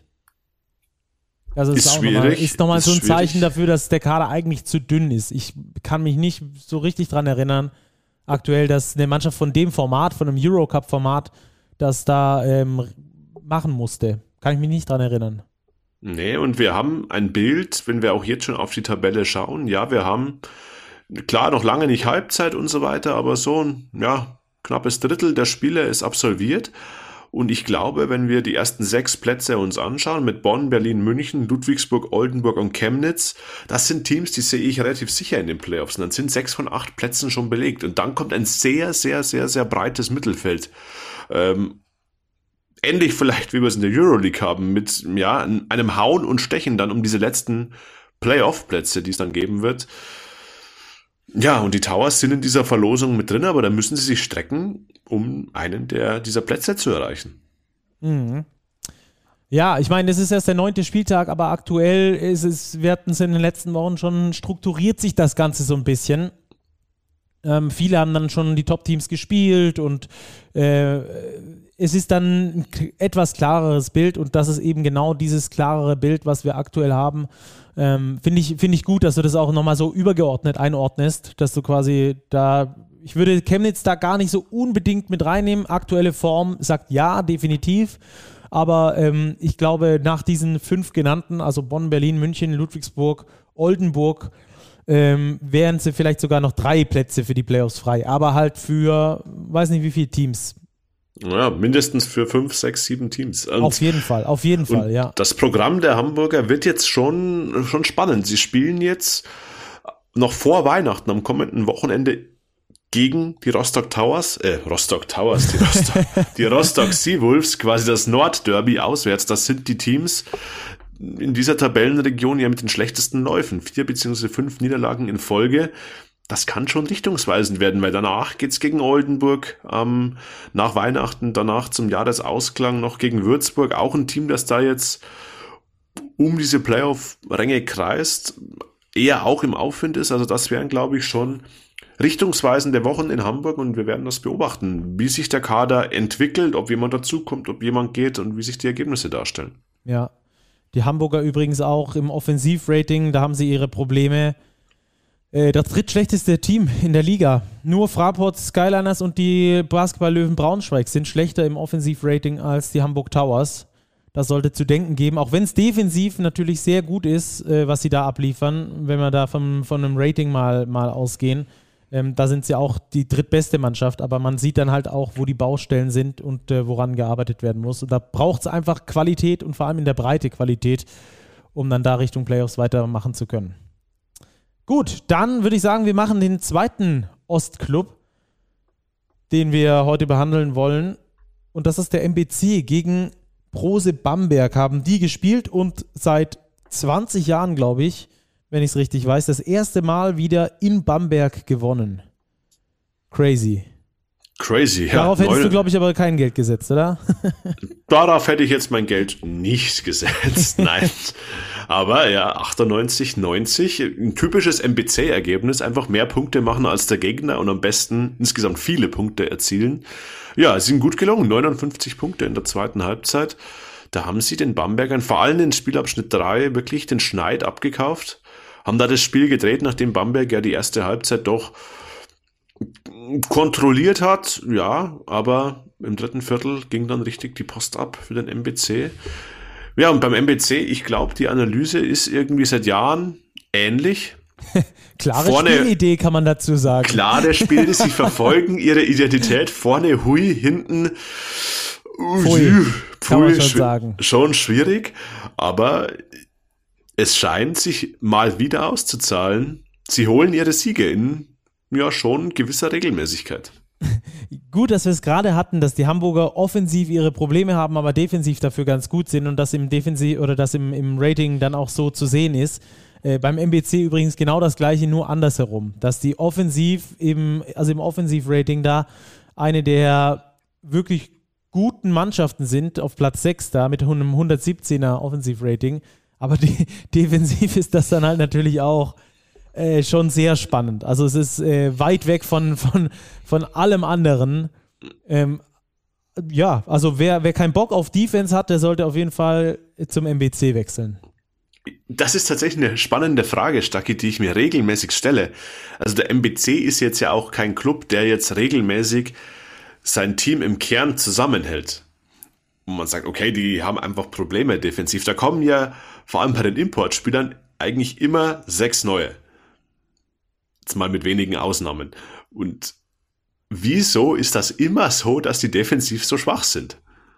Also ist, ist schwierig. Noch mal, ist nochmal so ein schwierig. Zeichen dafür, dass der Kader eigentlich zu dünn ist. Ich kann mich nicht so richtig dran erinnern, aktuell, dass eine Mannschaft von dem Format, von einem Eurocup-Format, das da ähm, machen musste. Kann ich mich nicht dran erinnern. Nee, und wir haben ein Bild, wenn wir auch jetzt schon auf die Tabelle schauen, ja, wir haben, klar, noch lange nicht Halbzeit und so weiter, aber so ein, ja, knappes Drittel der Spiele ist absolviert. Und ich glaube, wenn wir die ersten sechs Plätze uns anschauen, mit Bonn, Berlin, München, Ludwigsburg, Oldenburg und Chemnitz, das sind Teams, die sehe ich relativ sicher in den Playoffs. Und dann sind sechs von acht Plätzen schon belegt. Und dann kommt ein sehr, sehr, sehr, sehr breites Mittelfeld. Ähm, ähnlich vielleicht, wie wir es in der Euroleague haben, mit ja, einem Hauen und Stechen dann um diese letzten Playoff-Plätze, die es dann geben wird. Ja, und die Towers sind in dieser Verlosung mit drin, aber da müssen sie sich strecken, um einen der dieser Plätze zu erreichen. Mhm. Ja, ich meine, es ist erst der neunte Spieltag, aber aktuell ist es, wir hatten es in den letzten Wochen schon, strukturiert sich das Ganze so ein bisschen. Ähm, viele haben dann schon die Top-Teams gespielt und äh, es ist dann ein etwas klareres Bild und das ist eben genau dieses klarere Bild, was wir aktuell haben. Ähm, finde ich, find ich gut, dass du das auch nochmal so übergeordnet einordnest, dass du quasi da, ich würde Chemnitz da gar nicht so unbedingt mit reinnehmen. Aktuelle Form sagt ja, definitiv. Aber ähm, ich glaube, nach diesen fünf genannten, also Bonn, Berlin, München, Ludwigsburg, Oldenburg, ähm, wären sie vielleicht sogar noch drei Plätze für die Playoffs frei. Aber halt für, weiß nicht wie viele Teams. Ja, mindestens für fünf, sechs, sieben Teams. Und, auf jeden Fall, auf jeden Fall, ja. Das Programm der Hamburger wird jetzt schon, schon spannend. Sie spielen jetzt noch vor Weihnachten am kommenden Wochenende gegen die Rostock Towers, äh, Rostock Towers, die Rostock, die Rostock Seawolves, quasi das Nordderby auswärts. Das sind die Teams in dieser Tabellenregion ja mit den schlechtesten Läufen. Vier beziehungsweise fünf Niederlagen in Folge. Das kann schon richtungsweisend werden, weil danach geht's gegen Oldenburg, ähm, nach Weihnachten, danach zum Jahresausklang noch gegen Würzburg, auch ein Team, das da jetzt um diese Playoff-Ränge kreist, eher auch im Aufwind ist. Also das wären, glaube ich, schon richtungsweisende Wochen in Hamburg und wir werden das beobachten, wie sich der Kader entwickelt, ob jemand dazukommt, ob jemand geht und wie sich die Ergebnisse darstellen. Ja, die Hamburger übrigens auch im Offensivrating, da haben sie ihre Probleme. Das drittschlechteste Team in der Liga. Nur Fraport Skyliners und die Basketball-Löwen Braunschweig sind schlechter im Offensivrating als die Hamburg Towers. Das sollte zu denken geben, auch wenn es defensiv natürlich sehr gut ist, äh, was sie da abliefern, wenn wir da vom, von einem Rating mal, mal ausgehen. Ähm, da sind sie auch die drittbeste Mannschaft, aber man sieht dann halt auch, wo die Baustellen sind und äh, woran gearbeitet werden muss. Und da braucht es einfach Qualität und vor allem in der Breite Qualität, um dann da Richtung Playoffs weitermachen zu können. Gut, dann würde ich sagen, wir machen den zweiten Ostclub, den wir heute behandeln wollen. Und das ist der M B C gegen Brose Bamberg. Haben die gespielt und seit zwanzig Jahren, glaube ich, wenn ich es richtig weiß, das erste Mal wieder in Bamberg gewonnen. Crazy. Crazy, ja. Darauf hättest Neun- du, glaube ich, aber kein Geld gesetzt, oder? Darauf hätte ich jetzt mein Geld nicht gesetzt, nein. Aber ja, achtundneunzig neunzig, ein typisches M B C-Ergebnis, einfach mehr Punkte machen als der Gegner und am besten insgesamt viele Punkte erzielen. Ja, es sind gut gelungen, neunundfünfzig Punkte in der zweiten Halbzeit. Da haben sie den Bambergern vor allem in Spielabschnitt drei wirklich den Schneid abgekauft, haben da das Spiel gedreht, nachdem Bamberg ja die erste Halbzeit doch kontrolliert hat, ja, aber im dritten Viertel ging dann richtig die Post ab für den M B C. Ja, und beim M B C, ich glaube, die Analyse ist irgendwie seit Jahren ähnlich. Klare vorne, Spielidee kann man dazu sagen. Klare Spielidee, sie verfolgen ihre Identität. Vorne hui, hinten Pfui, pfui, kann man schon schw- sagen. Schon schwierig, aber es scheint sich mal wieder auszuzahlen. Sie holen ihre Siege in ja schon gewisser Regelmäßigkeit. Gut, dass wir es gerade hatten, dass die Hamburger offensiv ihre Probleme haben, aber defensiv dafür ganz gut sind und das im Defensiv oder das im, im Rating dann auch so zu sehen ist. Äh, beim M B C übrigens genau das Gleiche, nur andersherum, dass die offensiv im, also im Offensivrating da eine der wirklich guten Mannschaften sind, auf Platz sechs da mit einem hundertsiebzehner Offensivrating, aber die, defensiv ist das dann halt natürlich auch Äh, schon sehr spannend. Also es ist äh, weit weg von, von, von allem anderen. Ähm, ja, also wer, wer keinen Bock auf Defense hat, der sollte auf jeden Fall zum M B C wechseln. Das ist tatsächlich eine spannende Frage, Stacki, die ich mir regelmäßig stelle. Also der M B C ist jetzt ja auch kein Club, der jetzt regelmäßig sein Team im Kern zusammenhält. Und man sagt, okay, die haben einfach Probleme defensiv. Da kommen ja vor allem bei den Importspielern eigentlich immer sechs neue. Jetzt mal mit wenigen Ausnahmen. Und wieso ist das immer so, dass die defensiv so schwach sind?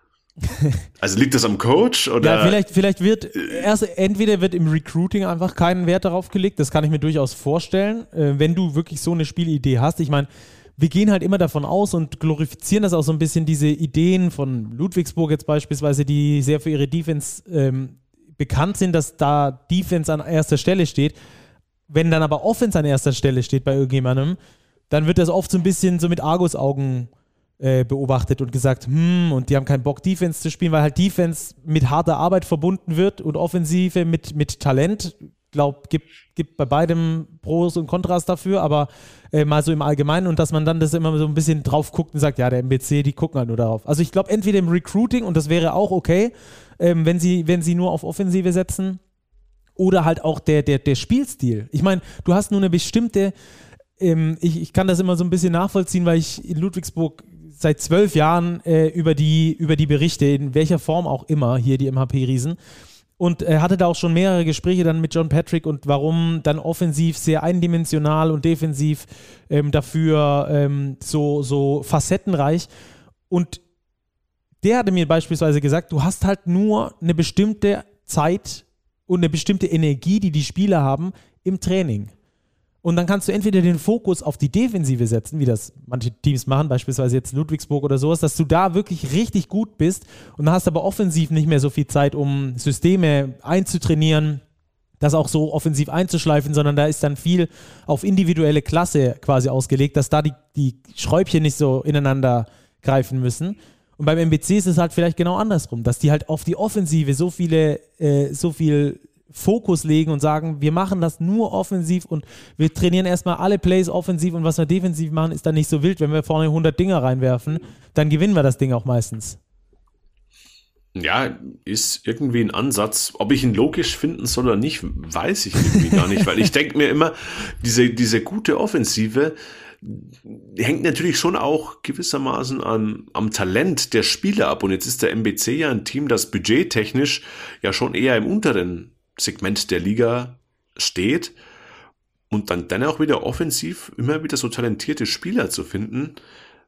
Also liegt das am Coach? Oder? Ja, vielleicht, vielleicht wird erst, entweder wird im Recruiting einfach keinen Wert darauf gelegt, das kann ich mir durchaus vorstellen, äh, wenn du wirklich so eine Spielidee hast. Ich meine, wir gehen halt immer davon aus und glorifizieren das auch so ein bisschen, diese Ideen von Ludwigsburg jetzt beispielsweise, die sehr für ihre Defense ähm, bekannt sind, dass da Defense an erster Stelle steht. Wenn dann aber Offense an erster Stelle steht bei irgendjemandem, dann wird das oft so ein bisschen so mit Argusaugen äh, beobachtet und gesagt, hm, und die haben keinen Bock, Defense zu spielen, weil halt Defense mit harter Arbeit verbunden wird und Offensive mit, mit Talent. glaube, gibt, gibt bei beidem Pros und Kontras dafür, aber äh, mal so im Allgemeinen und dass man dann das immer so ein bisschen drauf guckt und sagt, ja, der M B C, die gucken halt nur darauf. Also ich glaube, entweder im Recruiting, und das wäre auch okay, ähm, wenn sie, wenn sie nur auf Offensive setzen, oder halt auch der, der, der Spielstil. Ich meine, du hast nur eine bestimmte, ähm, ich, ich kann das immer so ein bisschen nachvollziehen, weil ich in Ludwigsburg seit zwölf Jahren äh, über, die, über die berichte, in welcher Form auch immer, hier die M H P-Riesen. Und er äh, hatte da auch schon mehrere Gespräche dann mit John Patrick und warum dann offensiv sehr eindimensional und defensiv ähm, dafür ähm, so, so facettenreich. Und der hatte mir beispielsweise gesagt, du hast halt nur eine bestimmte Zeit und eine bestimmte Energie, die die Spieler haben im Training. Und dann kannst du entweder den Fokus auf die Defensive setzen, wie das manche Teams machen, beispielsweise jetzt Ludwigsburg oder sowas, dass du da wirklich richtig gut bist und dann hast aber offensiv nicht mehr so viel Zeit, um Systeme einzutrainieren, das auch so offensiv einzuschleifen, sondern da ist dann viel auf individuelle Klasse quasi ausgelegt, dass da die, die Schräubchen nicht so ineinander greifen müssen. Und beim M B C ist es halt vielleicht genau andersrum, dass die halt auf die Offensive so viele, äh, so viel Fokus legen und sagen, wir machen das nur offensiv und wir trainieren erstmal alle Plays offensiv und was wir defensiv machen, ist dann nicht so wild. Wenn wir vorne hundert Dinger reinwerfen, dann gewinnen wir das Ding auch meistens. Ja, ist irgendwie ein Ansatz. Ob ich ihn logisch finden soll oder nicht, weiß ich irgendwie gar nicht, weil ich denke mir immer, diese, diese gute Offensive hängt natürlich schon auch gewissermaßen am, am Talent der Spieler ab. Und jetzt ist der M B C ja ein Team, das budgettechnisch ja schon eher im unteren Segment der Liga steht. Und dann, dann auch wieder offensiv immer wieder so talentierte Spieler zu finden.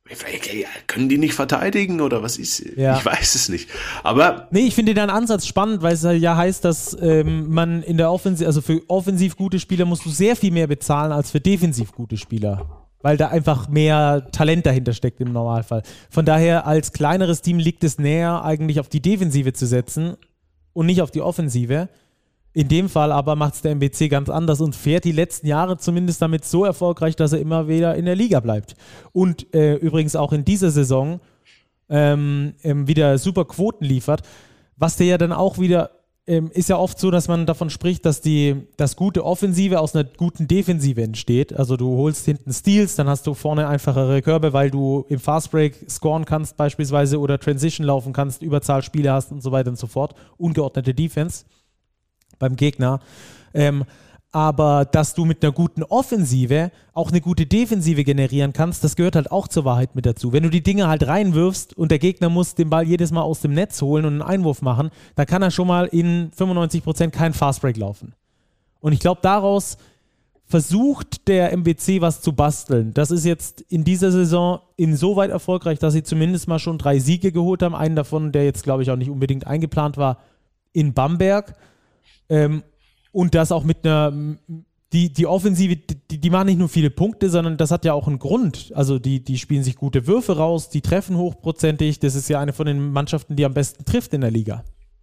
Können die nicht verteidigen oder was ist? Ja. Ich weiß es nicht. Aber nee, ich finde den Ansatz spannend, weil es ja heißt, dass ähm, man in der Offensive, also für offensiv gute Spieler musst du sehr viel mehr bezahlen als für defensiv gute Spieler. Weil da einfach mehr Talent dahinter steckt im Normalfall. Von daher, als kleineres Team liegt es näher, eigentlich auf die Defensive zu setzen und nicht auf die Offensive. In dem Fall aber macht es der M B C ganz anders und fährt die letzten Jahre zumindest damit so erfolgreich, dass er immer wieder in der Liga bleibt. Und äh, übrigens auch in dieser Saison ähm, ähm, wieder super Quoten liefert. Was der ja dann auch wieder, ähm, ist ja oft so, dass man davon spricht, dass die das gute Offensive aus einer guten Defensive entsteht. Also du holst hinten Steals, dann hast du vorne einfachere Körbe, weil du im Fastbreak scoren kannst beispielsweise oder Transition laufen kannst, Überzahlspiele hast und so weiter und so fort. Ungeordnete Defense beim Gegner, ähm, aber dass du mit einer guten Offensive auch eine gute Defensive generieren kannst, das gehört halt auch zur Wahrheit mit dazu. Wenn du die Dinge halt reinwirfst und der Gegner muss den Ball jedes Mal aus dem Netz holen und einen Einwurf machen, dann kann er schon mal in fünfundneunzig Prozent kein Fastbreak laufen. Und ich glaube, daraus versucht der M B C was zu basteln. Das ist jetzt in dieser Saison insoweit erfolgreich, dass sie zumindest mal schon drei Siege geholt haben. Einen davon, der jetzt, glaube ich, auch nicht unbedingt eingeplant war, in Bamberg. Ähm, und das auch mit einer, die, die Offensive, die, die machen nicht nur viele Punkte, sondern das hat ja auch einen Grund. Also die, die spielen sich gute Würfe raus, die treffen hochprozentig. Das ist ja eine von den Mannschaften, die am besten trifft in der Liga.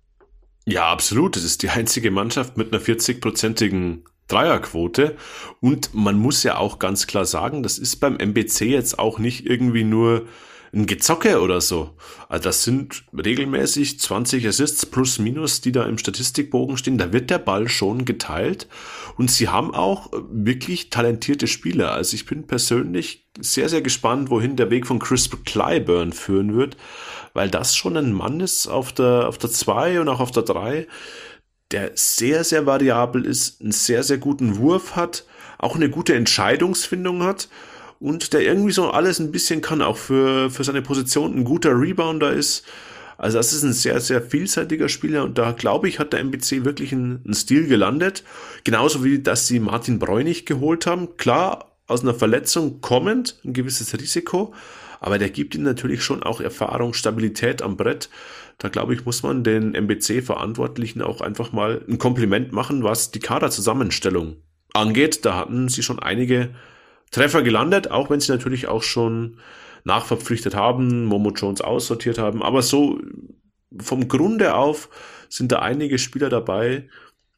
Ja, absolut. Das ist die einzige Mannschaft mit einer vierzig-prozentigen Dreierquote. Und man muss ja auch ganz klar sagen, das ist beim M B C jetzt auch nicht irgendwie nur ein Gezocke oder so. Also das sind regelmäßig zwanzig Assists plus minus, die da im Statistikbogen stehen. Da wird der Ball schon geteilt und sie haben auch wirklich talentierte Spieler. Also ich bin persönlich sehr, sehr gespannt, wohin der Weg von Chris Clyburn führen wird, weil das schon ein Mann ist auf der, auf der zwei und auch auf der drei, der sehr, sehr variabel ist, einen sehr, sehr guten Wurf hat, auch eine gute Entscheidungsfindung hat. Und der irgendwie so alles ein bisschen kann, auch für, für seine Position ein guter Rebounder ist. Also das ist ein sehr, sehr vielseitiger Spieler und da, glaube ich, hat der M B C wirklich einen, einen Stil gelandet. Genauso wie, dass sie Martin Bräunig geholt haben. Klar, aus einer Verletzung kommend, ein gewisses Risiko, aber der gibt ihnen natürlich schon auch Erfahrung, Stabilität am Brett. Da, glaube ich, muss man den M B C-Verantwortlichen auch einfach mal ein Kompliment machen, was die Kaderzusammenstellung angeht. Da hatten sie schon einige Treffer gelandet, auch wenn sie natürlich auch schon nachverpflichtet haben, Momo Jones aussortiert haben. Aber so vom Grunde auf sind da einige Spieler dabei,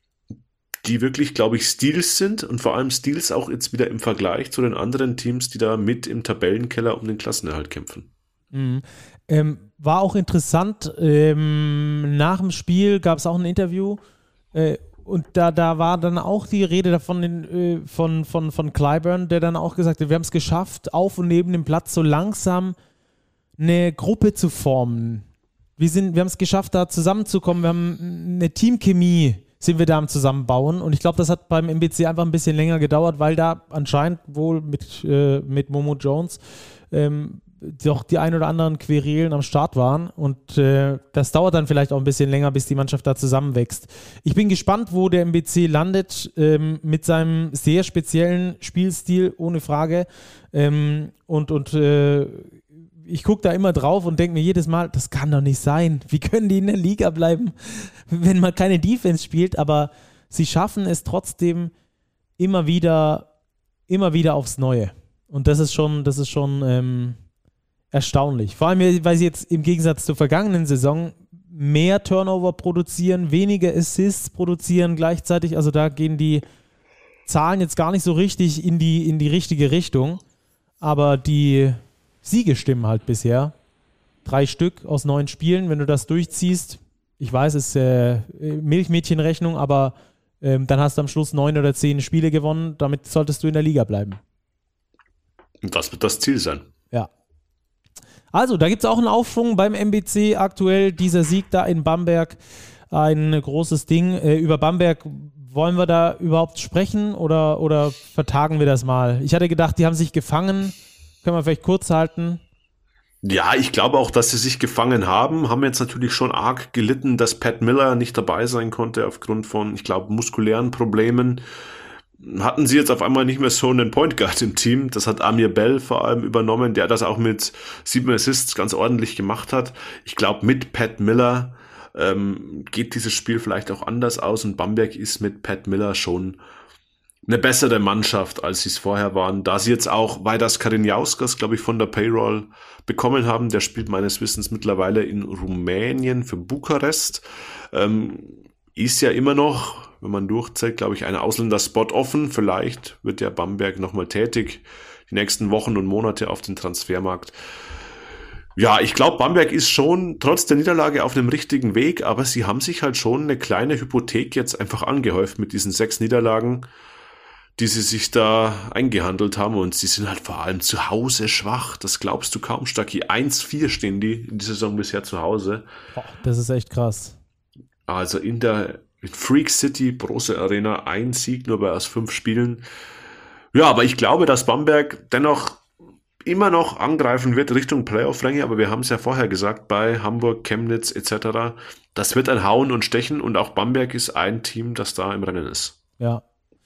die wirklich, glaube ich, Steals sind und vor allem Steals auch jetzt wieder im Vergleich zu den anderen Teams, die da mit im Tabellenkeller um den Klassenerhalt kämpfen. Mhm. Ähm, war auch interessant, ähm, nach dem Spiel gab es auch ein Interview äh, und da, da war dann auch die Rede davon in, von, von, von Clyburn, der dann auch gesagt hat, wir haben es geschafft, auf und neben dem Platz so langsam eine Gruppe zu formen. Wir, sind, wir haben es geschafft, da zusammenzukommen. Wir haben eine Teamchemie, sind wir da am Zusammenbauen. Und ich glaube, das hat beim M B C einfach ein bisschen länger gedauert, weil da anscheinend wohl mit, äh, mit Momo Jones ähm, doch die ein oder anderen Querelen am Start waren. Und äh, das dauert dann vielleicht auch ein bisschen länger, bis die Mannschaft da zusammenwächst. Ich bin gespannt, wo der M B C landet ähm, mit seinem sehr speziellen Spielstil, ohne Frage. Ähm, und und äh, ich gucke da immer drauf und denke mir jedes Mal, das kann doch nicht sein. Wie können die in der Liga bleiben, wenn man keine Defense spielt? Aber sie schaffen es trotzdem immer wieder, immer wieder aufs Neue. Und das ist schon, das ist schon ähm, erstaunlich. Vor allem, weil sie jetzt im Gegensatz zur vergangenen Saison mehr Turnover produzieren, weniger Assists produzieren gleichzeitig. Also da gehen die Zahlen jetzt gar nicht so richtig in die, in die richtige Richtung. Aber die Siege stimmen halt bisher. Drei Stück aus neun Spielen, wenn du das durchziehst. Ich weiß, es ist äh, Milchmädchenrechnung, aber ähm, dann hast du am Schluss neun oder zehn Spiele gewonnen. Damit solltest du in der Liga bleiben. Und das wird das Ziel sein. Ja. Also, da gibt es auch einen Aufschwung beim M B C aktuell. Dieser Sieg da in Bamberg, ein großes Ding. Äh, über Bamberg wollen wir da überhaupt sprechen oder, oder vertagen wir das mal? Ich hatte gedacht, die haben sich gefangen. Können wir vielleicht kurz halten? Ja, ich glaube auch, dass sie sich gefangen haben, haben jetzt natürlich schon arg gelitten, dass Pat Miller nicht dabei sein konnte aufgrund von, ich glaube, muskulären Problemen. Hatten sie jetzt auf einmal nicht mehr so einen Point Guard im Team. Das hat Amir Bell vor allem übernommen, der das auch mit sieben Assists ganz ordentlich gemacht hat. Ich glaube, mit Pat Miller ähm, geht dieses Spiel vielleicht auch anders aus und Bamberg ist mit Pat Miller schon eine bessere Mannschaft, als sie es vorher waren. Da sie jetzt auch Vaidas Karinjauskas, glaube ich, von der Payroll bekommen haben. Der spielt meines Wissens mittlerweile in Rumänien für Bukarest. Ähm, ist ja immer noch, wenn man durchzählt, glaube ich, ein Ausländer-Spot offen. Vielleicht wird der Bamberg nochmal tätig die nächsten Wochen und Monate auf den Transfermarkt. Ja, ich glaube, Bamberg ist schon trotz der Niederlage auf einem richtigen Weg, aber sie haben sich halt schon eine kleine Hypothek jetzt einfach angehäuft mit diesen sechs Niederlagen, die sie sich da eingehandelt haben, und sie sind halt vor allem zu Hause schwach. Das glaubst du kaum, Stacki. eins vier stehen die in der Saison bisher zu Hause. Boah, das ist echt krass. Also in der in Freak City, Brose Arena, ein Sieg nur bei erst fünf Spielen. Ja, aber ich glaube, dass Bamberg dennoch immer noch angreifen wird Richtung Playoff-Ränge, aber wir haben es ja vorher gesagt, bei Hamburg, Chemnitz et cetera. Das wird ein Hauen und Stechen, und auch Bamberg ist ein Team, das da im Rennen ist. Ja.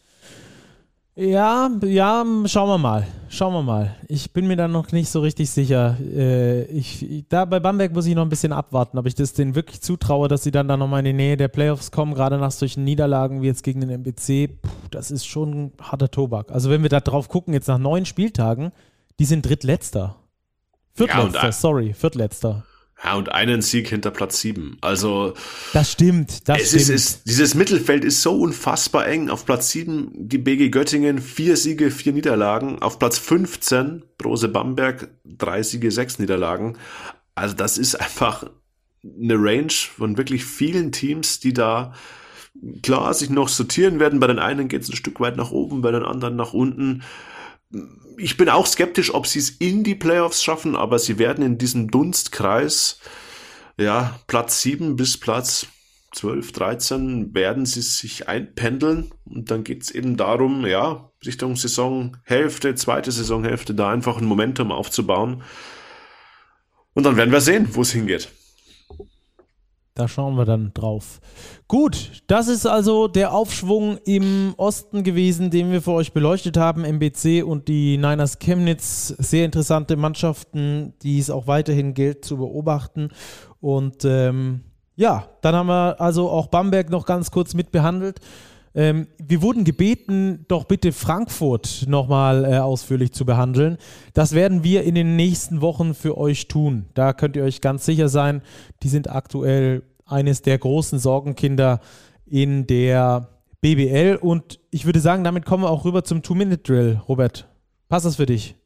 Ja, ja, schauen wir mal. Schauen wir mal. Ich bin mir da noch nicht so richtig sicher. Äh, ich, ich, da bei Bamberg muss ich noch ein bisschen abwarten, ob ich das denen wirklich zutraue, dass sie dann da nochmal in die Nähe der Playoffs kommen, gerade nach solchen Niederlagen wie jetzt gegen den M B C. Puh, das ist schon ein harter Tobak. Also wenn wir da drauf gucken, jetzt nach neun Spieltagen, die sind Drittletzter. Viertletzter, ja, sorry, Viertletzter. Ja, und einen Sieg hinter Platz sieben. Also das stimmt, das es stimmt. Ist, es, dieses Mittelfeld ist so unfassbar eng. Auf Platz sieben die B G Göttingen, vier Siege, vier Niederlagen. Auf Platz fünfzehn Brose Bamberg, drei Siege, sechs Niederlagen. Also das ist einfach eine Range von wirklich vielen Teams, die da klar sich noch sortieren werden. Bei den einen geht es ein Stück weit nach oben, bei den anderen nach unten. Ich bin auch skeptisch, ob sie es in die Playoffs schaffen, aber sie werden in diesem Dunstkreis, ja, Platz sieben bis Platz zwölf, dreizehn, werden sie sich einpendeln, und dann geht es eben darum, ja, Richtung Saisonhälfte, zweite Saisonhälfte, da einfach ein Momentum aufzubauen, und dann werden wir sehen, wo es hingeht. Da schauen wir dann drauf. Gut, das ist also der Aufschwung im Osten gewesen, den wir für euch beleuchtet haben. M B C und die Niners Chemnitz, sehr interessante Mannschaften, die es auch weiterhin gilt zu beobachten. Und ähm, ja, dann haben wir also auch Bamberg noch ganz kurz mit behandelt. Ähm, wir wurden gebeten, doch bitte Frankfurt nochmal äh, ausführlich zu behandeln. Das werden wir in den nächsten Wochen für euch tun. Da könnt ihr euch ganz sicher sein, die sind aktuell eines der großen Sorgenkinder in der B B L. Und ich würde sagen, damit kommen wir auch rüber zum Two-Minute-Drill. Robert, passt das für dich?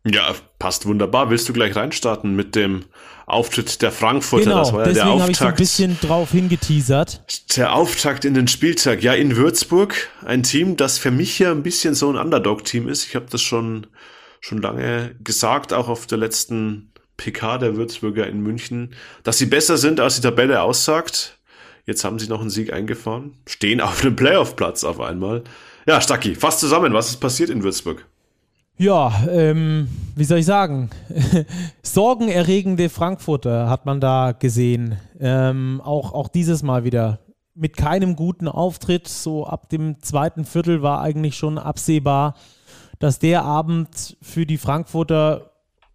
Ja, passt wunderbar. Willst du gleich reinstarten mit dem Auftritt der Frankfurter? Genau, das war ja deswegen der habe ich so ein bisschen drauf hingeteasert. Der Auftakt in den Spieltag. Ja, in Würzburg. Ein Team, das für mich ja ein bisschen so ein Underdog-Team ist. Ich habe das schon, schon lange gesagt, auch auf der letzten P K der Würzburger in München, dass sie besser sind, als die Tabelle aussagt. Jetzt haben sie noch einen Sieg eingefahren. Stehen auf einem Playoff-Platz auf einmal. Ja, Stacki, fass zusammen. Was ist passiert in Würzburg? Ja, ähm, wie soll ich sagen? Sorgenerregende Frankfurter hat man da gesehen. Ähm, auch, auch dieses Mal wieder. Mit keinem guten Auftritt. So ab dem zweiten Viertel war eigentlich schon absehbar, dass der Abend für die Frankfurter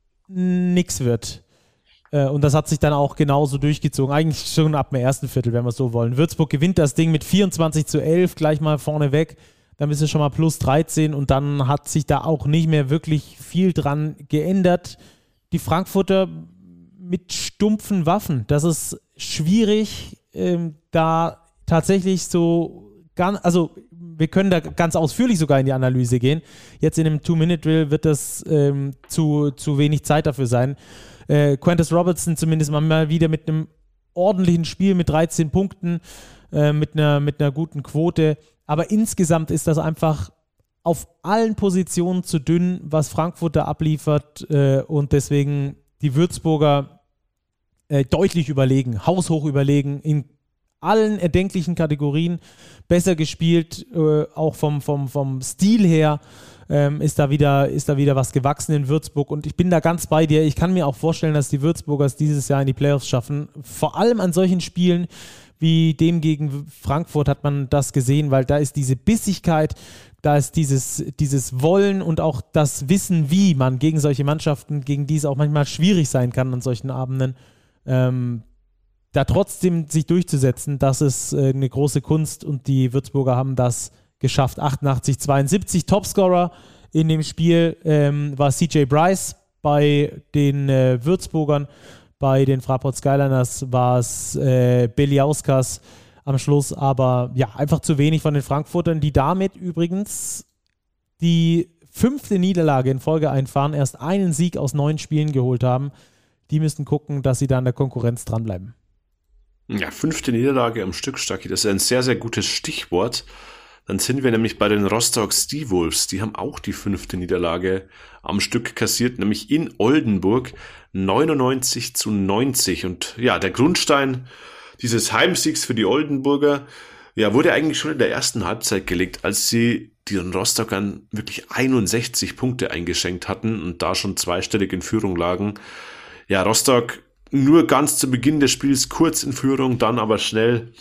nix wird. Äh, und das hat sich dann auch genauso durchgezogen. Eigentlich schon ab dem ersten Viertel, wenn wir es so wollen. Würzburg gewinnt das Ding mit vierundzwanzig zu elf, gleich mal vorne weg. Dann bist du schon mal plus dreizehn und dann hat sich da auch nicht mehr wirklich viel dran geändert. Die Frankfurter mit stumpfen Waffen, das ist schwierig, ähm, da tatsächlich so, ganz, also wir können da ganz ausführlich sogar in die Analyse gehen. Jetzt in dem Two-Minute-Drill wird das ähm, zu, zu wenig Zeit dafür sein. Äh, Quintus Robertson zumindest mal wieder mit einem ordentlichen Spiel mit dreizehn Punkten, äh, mit einer, mit einer guten Quote. Aber insgesamt ist das einfach auf allen Positionen zu dünn, was Frankfurt da abliefert äh, und deswegen die Würzburger äh, deutlich überlegen, haushoch überlegen, in allen erdenklichen Kategorien besser gespielt, äh, auch vom, vom, vom Stil her ähm, ist, da wieder, ist da wieder was gewachsen in Würzburg und ich bin da ganz bei dir. Ich kann mir auch vorstellen, dass die Würzburgers dieses Jahr in die Playoffs schaffen, vor allem an solchen Spielen, wie dem gegen Frankfurt hat man das gesehen, weil da ist diese Bissigkeit, da ist dieses, dieses Wollen und auch das Wissen, wie man gegen solche Mannschaften, gegen die es auch manchmal schwierig sein kann an solchen Abenden, ähm, da trotzdem sich durchzusetzen, das ist äh, eine große Kunst und die Würzburger haben das geschafft. achtundachtzig zweiundsiebzig Topscorer in dem Spiel ähm, war C J Bryce bei den äh, Würzburgern. Bei den Fraport Skyliners war es äh, Beliauskas am Schluss, aber ja, einfach zu wenig von den Frankfurtern, die damit übrigens die fünfte Niederlage in Folge einfahren, erst einen Sieg aus neun Spielen geholt haben. Die müssten gucken, dass sie da an der Konkurrenz dranbleiben. Ja, fünfte Niederlage am Stück, Stacki, das ist ein sehr, sehr gutes Stichwort. Dann sind wir nämlich bei den Rostock Seawolves. Die haben auch die fünfte Niederlage am Stück kassiert, nämlich in Oldenburg neunundneunzig zu neunzig. Und ja, der Grundstein dieses Heimsiegs für die Oldenburger, ja, wurde eigentlich schon in der ersten Halbzeit gelegt, als sie den Rostockern wirklich einundsechzig Punkte eingeschenkt hatten und da schon zweistellig in Führung lagen. Ja, Rostock nur ganz zu Beginn des Spiels kurz in Führung, dann aber schnell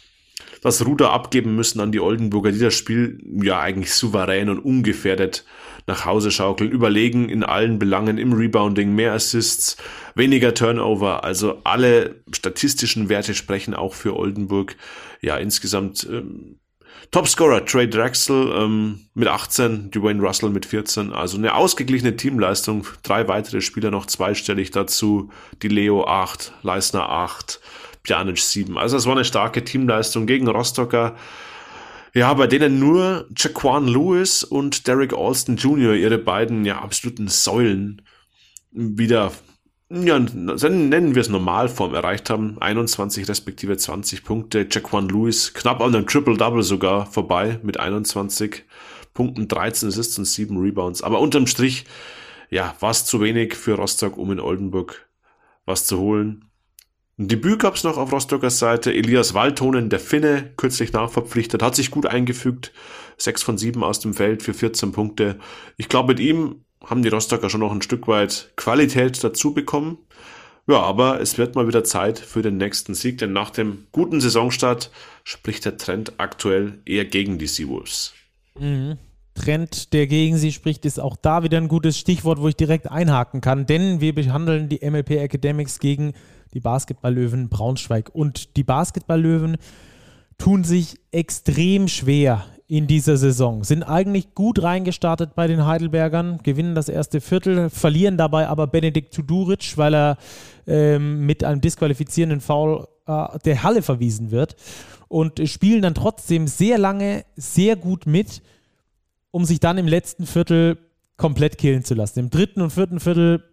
das Ruder abgeben müssen an die Oldenburger, die das Spiel ja eigentlich souverän und ungefährdet nach Hause schaukeln, überlegen in allen Belangen, im Rebounding, mehr Assists, weniger Turnover, also alle statistischen Werte sprechen auch für Oldenburg. Ja, insgesamt ähm, Topscorer Trey Drexel ähm, mit achtzehn, Dwayne Russell mit vierzehn, also eine ausgeglichene Teamleistung, drei weitere Spieler noch zweistellig dazu, die Leo acht, Leisner acht, Pjanic sieben. Also es war eine starke Teamleistung gegen Rostocker. Ja, bei denen nur Jaquan Lewis und Derek Alston Junior ihre beiden ja absoluten Säulen wieder, ja, nennen wir es Normalform erreicht haben. einundzwanzig respektive zwanzig Punkte. Jaquan Lewis knapp an einem Triple-Double sogar vorbei mit einundzwanzig Punkten, dreizehn Assists und sieben Rebounds. Aber unterm Strich, ja, war es zu wenig für Rostock, um in Oldenburg was zu holen. Ein Debüt gab es noch auf Rostocker Seite. Elias Waltonen, der Finne, kürzlich nachverpflichtet, hat sich gut eingefügt. sechs von sieben aus dem Feld für vierzehn Punkte. Ich glaube, mit ihm haben die Rostocker schon noch ein Stück weit Qualität dazu bekommen. Ja, aber es wird mal wieder Zeit für den nächsten Sieg, denn nach dem guten Saisonstart spricht der Trend aktuell eher gegen die Seawolves. Mhm. Trend, der gegen sie spricht, ist auch da wieder ein gutes Stichwort, wo ich direkt einhaken kann, denn wir behandeln die M L P Academics gegen die Basketball-Löwen Braunschweig. Und die Basketball-Löwen tun sich extrem schwer in dieser Saison, sind eigentlich gut reingestartet bei den Heidelbergern, gewinnen das erste Viertel, verlieren dabei aber Benedikt Tuduric, weil er ähm, mit einem disqualifizierenden Foul äh, der Halle verwiesen wird und spielen dann trotzdem sehr lange, sehr gut mit, um sich dann im letzten Viertel komplett killen zu lassen. Im dritten und vierten Viertel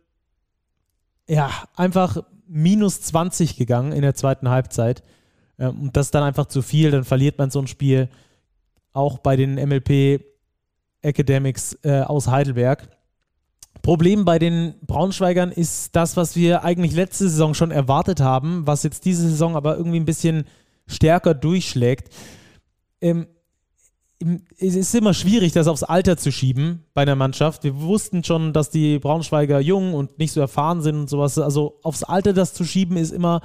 ja, einfach minus zwanzig gegangen in der zweiten Halbzeit. Und das ist dann einfach zu viel, dann verliert man so ein Spiel auch bei den M L P Academics äh, aus Heidelberg. Problem bei den Braunschweigern ist das, was wir eigentlich letzte Saison schon erwartet haben, was jetzt diese Saison aber irgendwie ein bisschen stärker durchschlägt. Ähm, es ist immer schwierig, das aufs Alter zu schieben bei einer Mannschaft. Wir wussten schon, dass die Braunschweiger jung und nicht so erfahren sind und sowas. Also aufs Alter das zu schieben ist immer...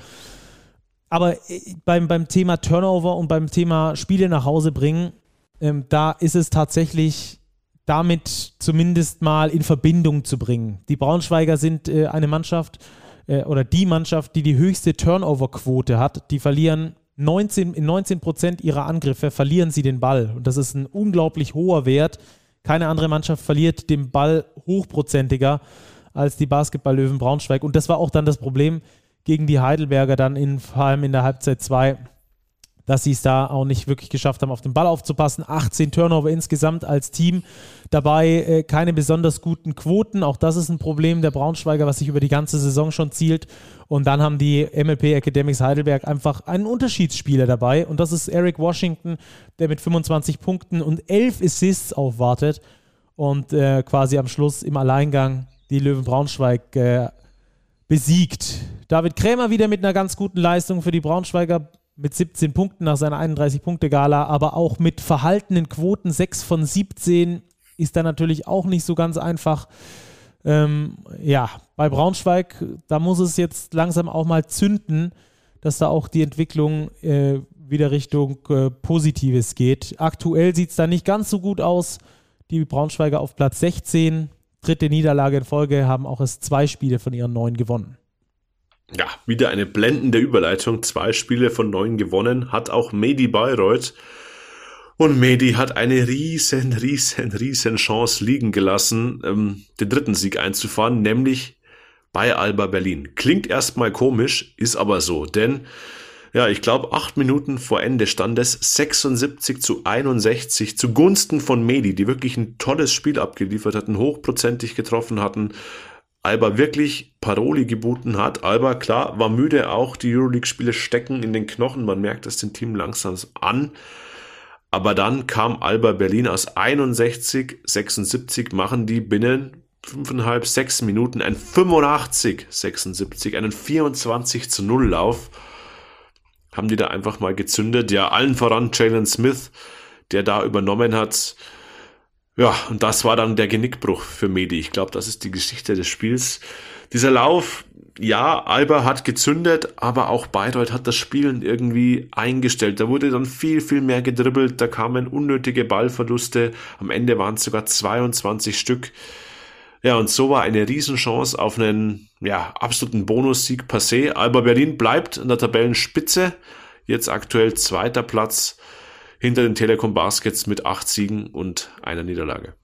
Aber beim, beim Thema Turnover und beim Thema Spiele nach Hause bringen, ähm, da ist es tatsächlich damit zumindest mal in Verbindung zu bringen. Die Braunschweiger sind äh, eine Mannschaft äh, oder die Mannschaft, die die höchste Turnover-Quote hat. Die verlieren neunzehn, in neunzehn Prozent ihrer Angriffe verlieren sie den Ball. Und das ist ein unglaublich hoher Wert. Keine andere Mannschaft verliert den Ball hochprozentiger als die Basketball-Löwen Braunschweig. Und das war auch dann das Problem gegen die Heidelberger dann in, vor allem in der Halbzeit zwei, dass sie es da auch nicht wirklich geschafft haben, auf den Ball aufzupassen. achtzehn Turnover insgesamt als Team. Dabei äh, keine besonders guten Quoten. Auch das ist ein Problem der Braunschweiger, was sich über die ganze Saison schon zielt. Und dann haben die M L P Academics Heidelberg einfach einen Unterschiedsspieler dabei. Und das ist Eric Washington, der mit fünfundzwanzig Punkten und elf Assists aufwartet. Und äh, quasi am Schluss im Alleingang die Löwen Braunschweig äh, besiegt. David Krämer wieder mit einer ganz guten Leistung für die Braunschweiger mit siebzehn Punkten nach seiner einunddreißig-Punkte-Gala, aber auch mit verhaltenen Quoten sechs von siebzehn ist da natürlich auch nicht so ganz einfach. Ähm, ja, bei Braunschweig, da muss es jetzt langsam auch mal zünden, dass da auch die Entwicklung äh, wieder Richtung äh, Positives geht. Aktuell sieht es da nicht ganz so gut aus. Die Braunschweiger auf Platz sechzehn, dritte Niederlage in Folge, haben auch erst zwei Spiele von ihren neun gewonnen. Ja, wieder eine blendende Überleitung. Zwei Spiele von neun gewonnen, hat auch Mehdi Bayreuth. Und Mehdi hat eine riesen, riesen, riesen Chance liegen gelassen, ähm, den dritten Sieg einzufahren, nämlich bei Alba Berlin. Klingt erstmal komisch, ist aber so, denn ja, ich glaube, acht Minuten vor Ende stand es sechsundsiebzig zu einundsechzig zugunsten von Mehdi, die wirklich ein tolles Spiel abgeliefert hatten, hochprozentig getroffen hatten, Alba wirklich Paroli geboten hat. Alba, klar, war müde auch, die Euroleague-Spiele stecken in den Knochen, man merkt es dem Team langsam an. Aber dann kam Alba Berlin aus einundsechzig, sechsundsiebzig, machen die binnen fünfeinhalb, sechs Minuten ein fünfundachtzig, sechsundsiebzig, einen vierundzwanzig zu null Lauf. Haben die da einfach mal gezündet. Ja, allen voran Jalen Smith, der da übernommen hat. Ja, und das war dann der Genickbruch für Mehdi. Ich glaube, das ist die Geschichte des Spiels. Dieser Lauf, ja, Alba hat gezündet, aber auch Bayreuth hat das Spielen irgendwie eingestellt. Da wurde dann viel, viel mehr gedribbelt, da kamen unnötige Ballverluste. Am Ende waren es sogar zweiundzwanzig Stück. Ja, und so war eine Riesenchance auf einen ja, absoluten Bonussieg passé. Alba Berlin bleibt an der Tabellenspitze, jetzt aktuell zweiter Platz hinter den Telekom Baskets mit acht Siegen und einer Niederlage.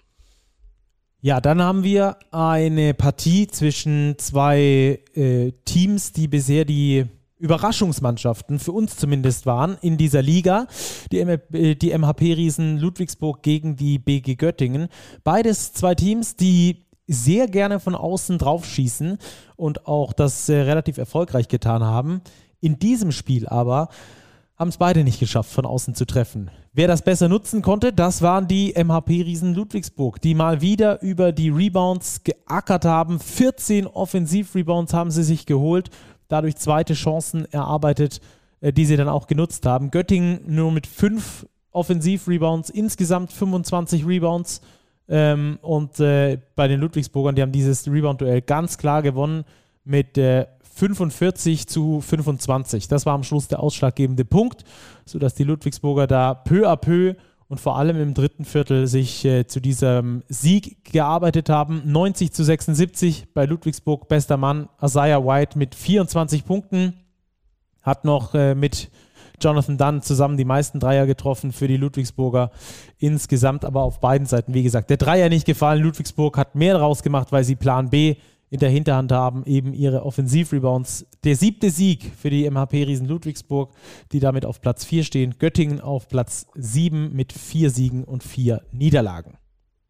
Ja, dann haben wir eine Partie zwischen zwei äh, Teams, die bisher die Überraschungsmannschaften, für uns zumindest waren, in dieser Liga. Die, M- äh, die M H P-Riesen Ludwigsburg gegen die B G Göttingen. Beides zwei Teams, die sehr gerne von außen draufschießen und auch das äh, relativ erfolgreich getan haben. In diesem Spiel aber haben es beide nicht geschafft, von außen zu treffen. Wer das besser nutzen konnte, das waren die M H P-Riesen Ludwigsburg, die mal wieder über die Rebounds geackert haben. vierzehn Offensiv-Rebounds haben sie sich geholt, dadurch zweite Chancen erarbeitet, die sie dann auch genutzt haben. Göttingen nur mit fünf Offensiv-Rebounds, insgesamt fünfundzwanzig Rebounds. Ähm, und äh, bei den Ludwigsburgern, die haben dieses Rebound-Duell ganz klar gewonnen mit äh, fünfundvierzig zu fünfundzwanzig. Das war am Schluss der ausschlaggebende Punkt, sodass die Ludwigsburger da peu à peu und vor allem im dritten Viertel sich äh, zu diesem Sieg gearbeitet haben. neunzig zu sechsundsiebzig bei Ludwigsburg, bester Mann Isaiah White mit vierundzwanzig Punkten, hat noch äh, mit Jonathan Dunn zusammen die meisten Dreier getroffen für die Ludwigsburger. Insgesamt aber auf beiden Seiten, wie gesagt, der Dreier nicht gefallen. Ludwigsburg hat mehr draus gemacht, weil sie Plan B in der Hinterhand haben, eben ihre Offensivrebounds. Der siebte Sieg für die M H P-Riesen Ludwigsburg, die damit auf Platz vier stehen. Göttingen auf Platz sieben mit vier Siegen und vier Niederlagen.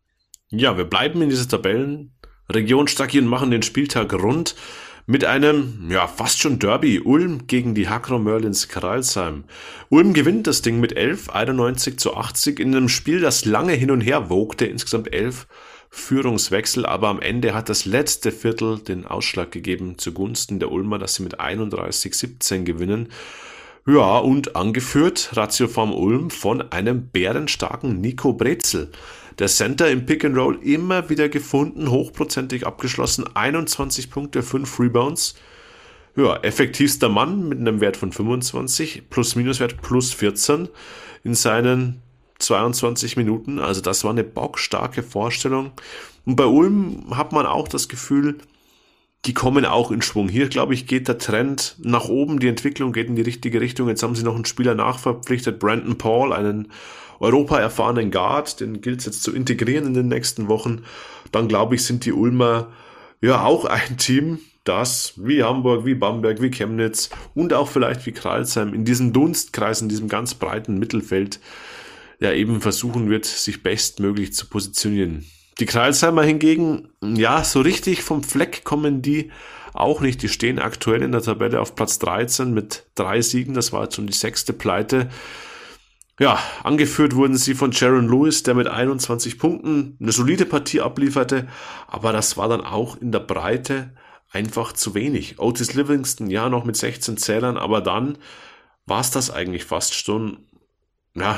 Ja, wir bleiben in dieser Tabellenregion Stacki und machen den Spieltag rund mit einem, ja, fast schon Derby. Ulm gegen die Hakro Merlins Crailsheim. Ulm gewinnt das Ding mit elf, einundneunzig zu achtzig in einem Spiel, das lange hin und her wogte, insgesamt elf Führungswechsel, aber am Ende hat das letzte Viertel den Ausschlag gegeben zugunsten der Ulmer, dass sie mit einunddreißig siebzehn gewinnen. Ja, und angeführt, Ratiofarm Ulm, von einem bärenstarken Nico Brezel. Der Center im Pick and Roll immer wieder gefunden, hochprozentig abgeschlossen, einundzwanzig Punkte, fünf Rebounds. Ja, effektivster Mann mit einem Wert von fünfundzwanzig, Plus-Minus-Wert plus vierzehn in seinen zweiundzwanzig Minuten. Also das war eine bockstarke Vorstellung. Und bei Ulm hat man auch das Gefühl, die kommen auch in Schwung. Hier, glaube ich, geht der Trend nach oben, die Entwicklung geht in die richtige Richtung. Jetzt haben sie noch einen Spieler nachverpflichtet, Brandon Paul, einen Europa-erfahrenen Guard, den gilt es jetzt zu integrieren in den nächsten Wochen. Dann, glaube ich, sind die Ulmer ja auch ein Team, das wie Hamburg, wie Bamberg, wie Chemnitz und auch vielleicht wie Crailsheim in diesem Dunstkreis, in diesem ganz breiten Mittelfeld ja eben versuchen wird, sich bestmöglich zu positionieren. Die Crailsheimer hingegen, ja, so richtig vom Fleck kommen die auch nicht. Die stehen aktuell in der Tabelle auf Platz dreizehn mit drei Siegen. Das war jetzt schon die sechste Pleite. Ja, angeführt wurden sie von Jaron Lewis, der mit einundzwanzig Punkten eine solide Partie ablieferte. Aber das war dann auch in der Breite einfach zu wenig. Otis Livingston, ja, noch mit sechzehn Zählern, aber dann war es das eigentlich fast schon, ja,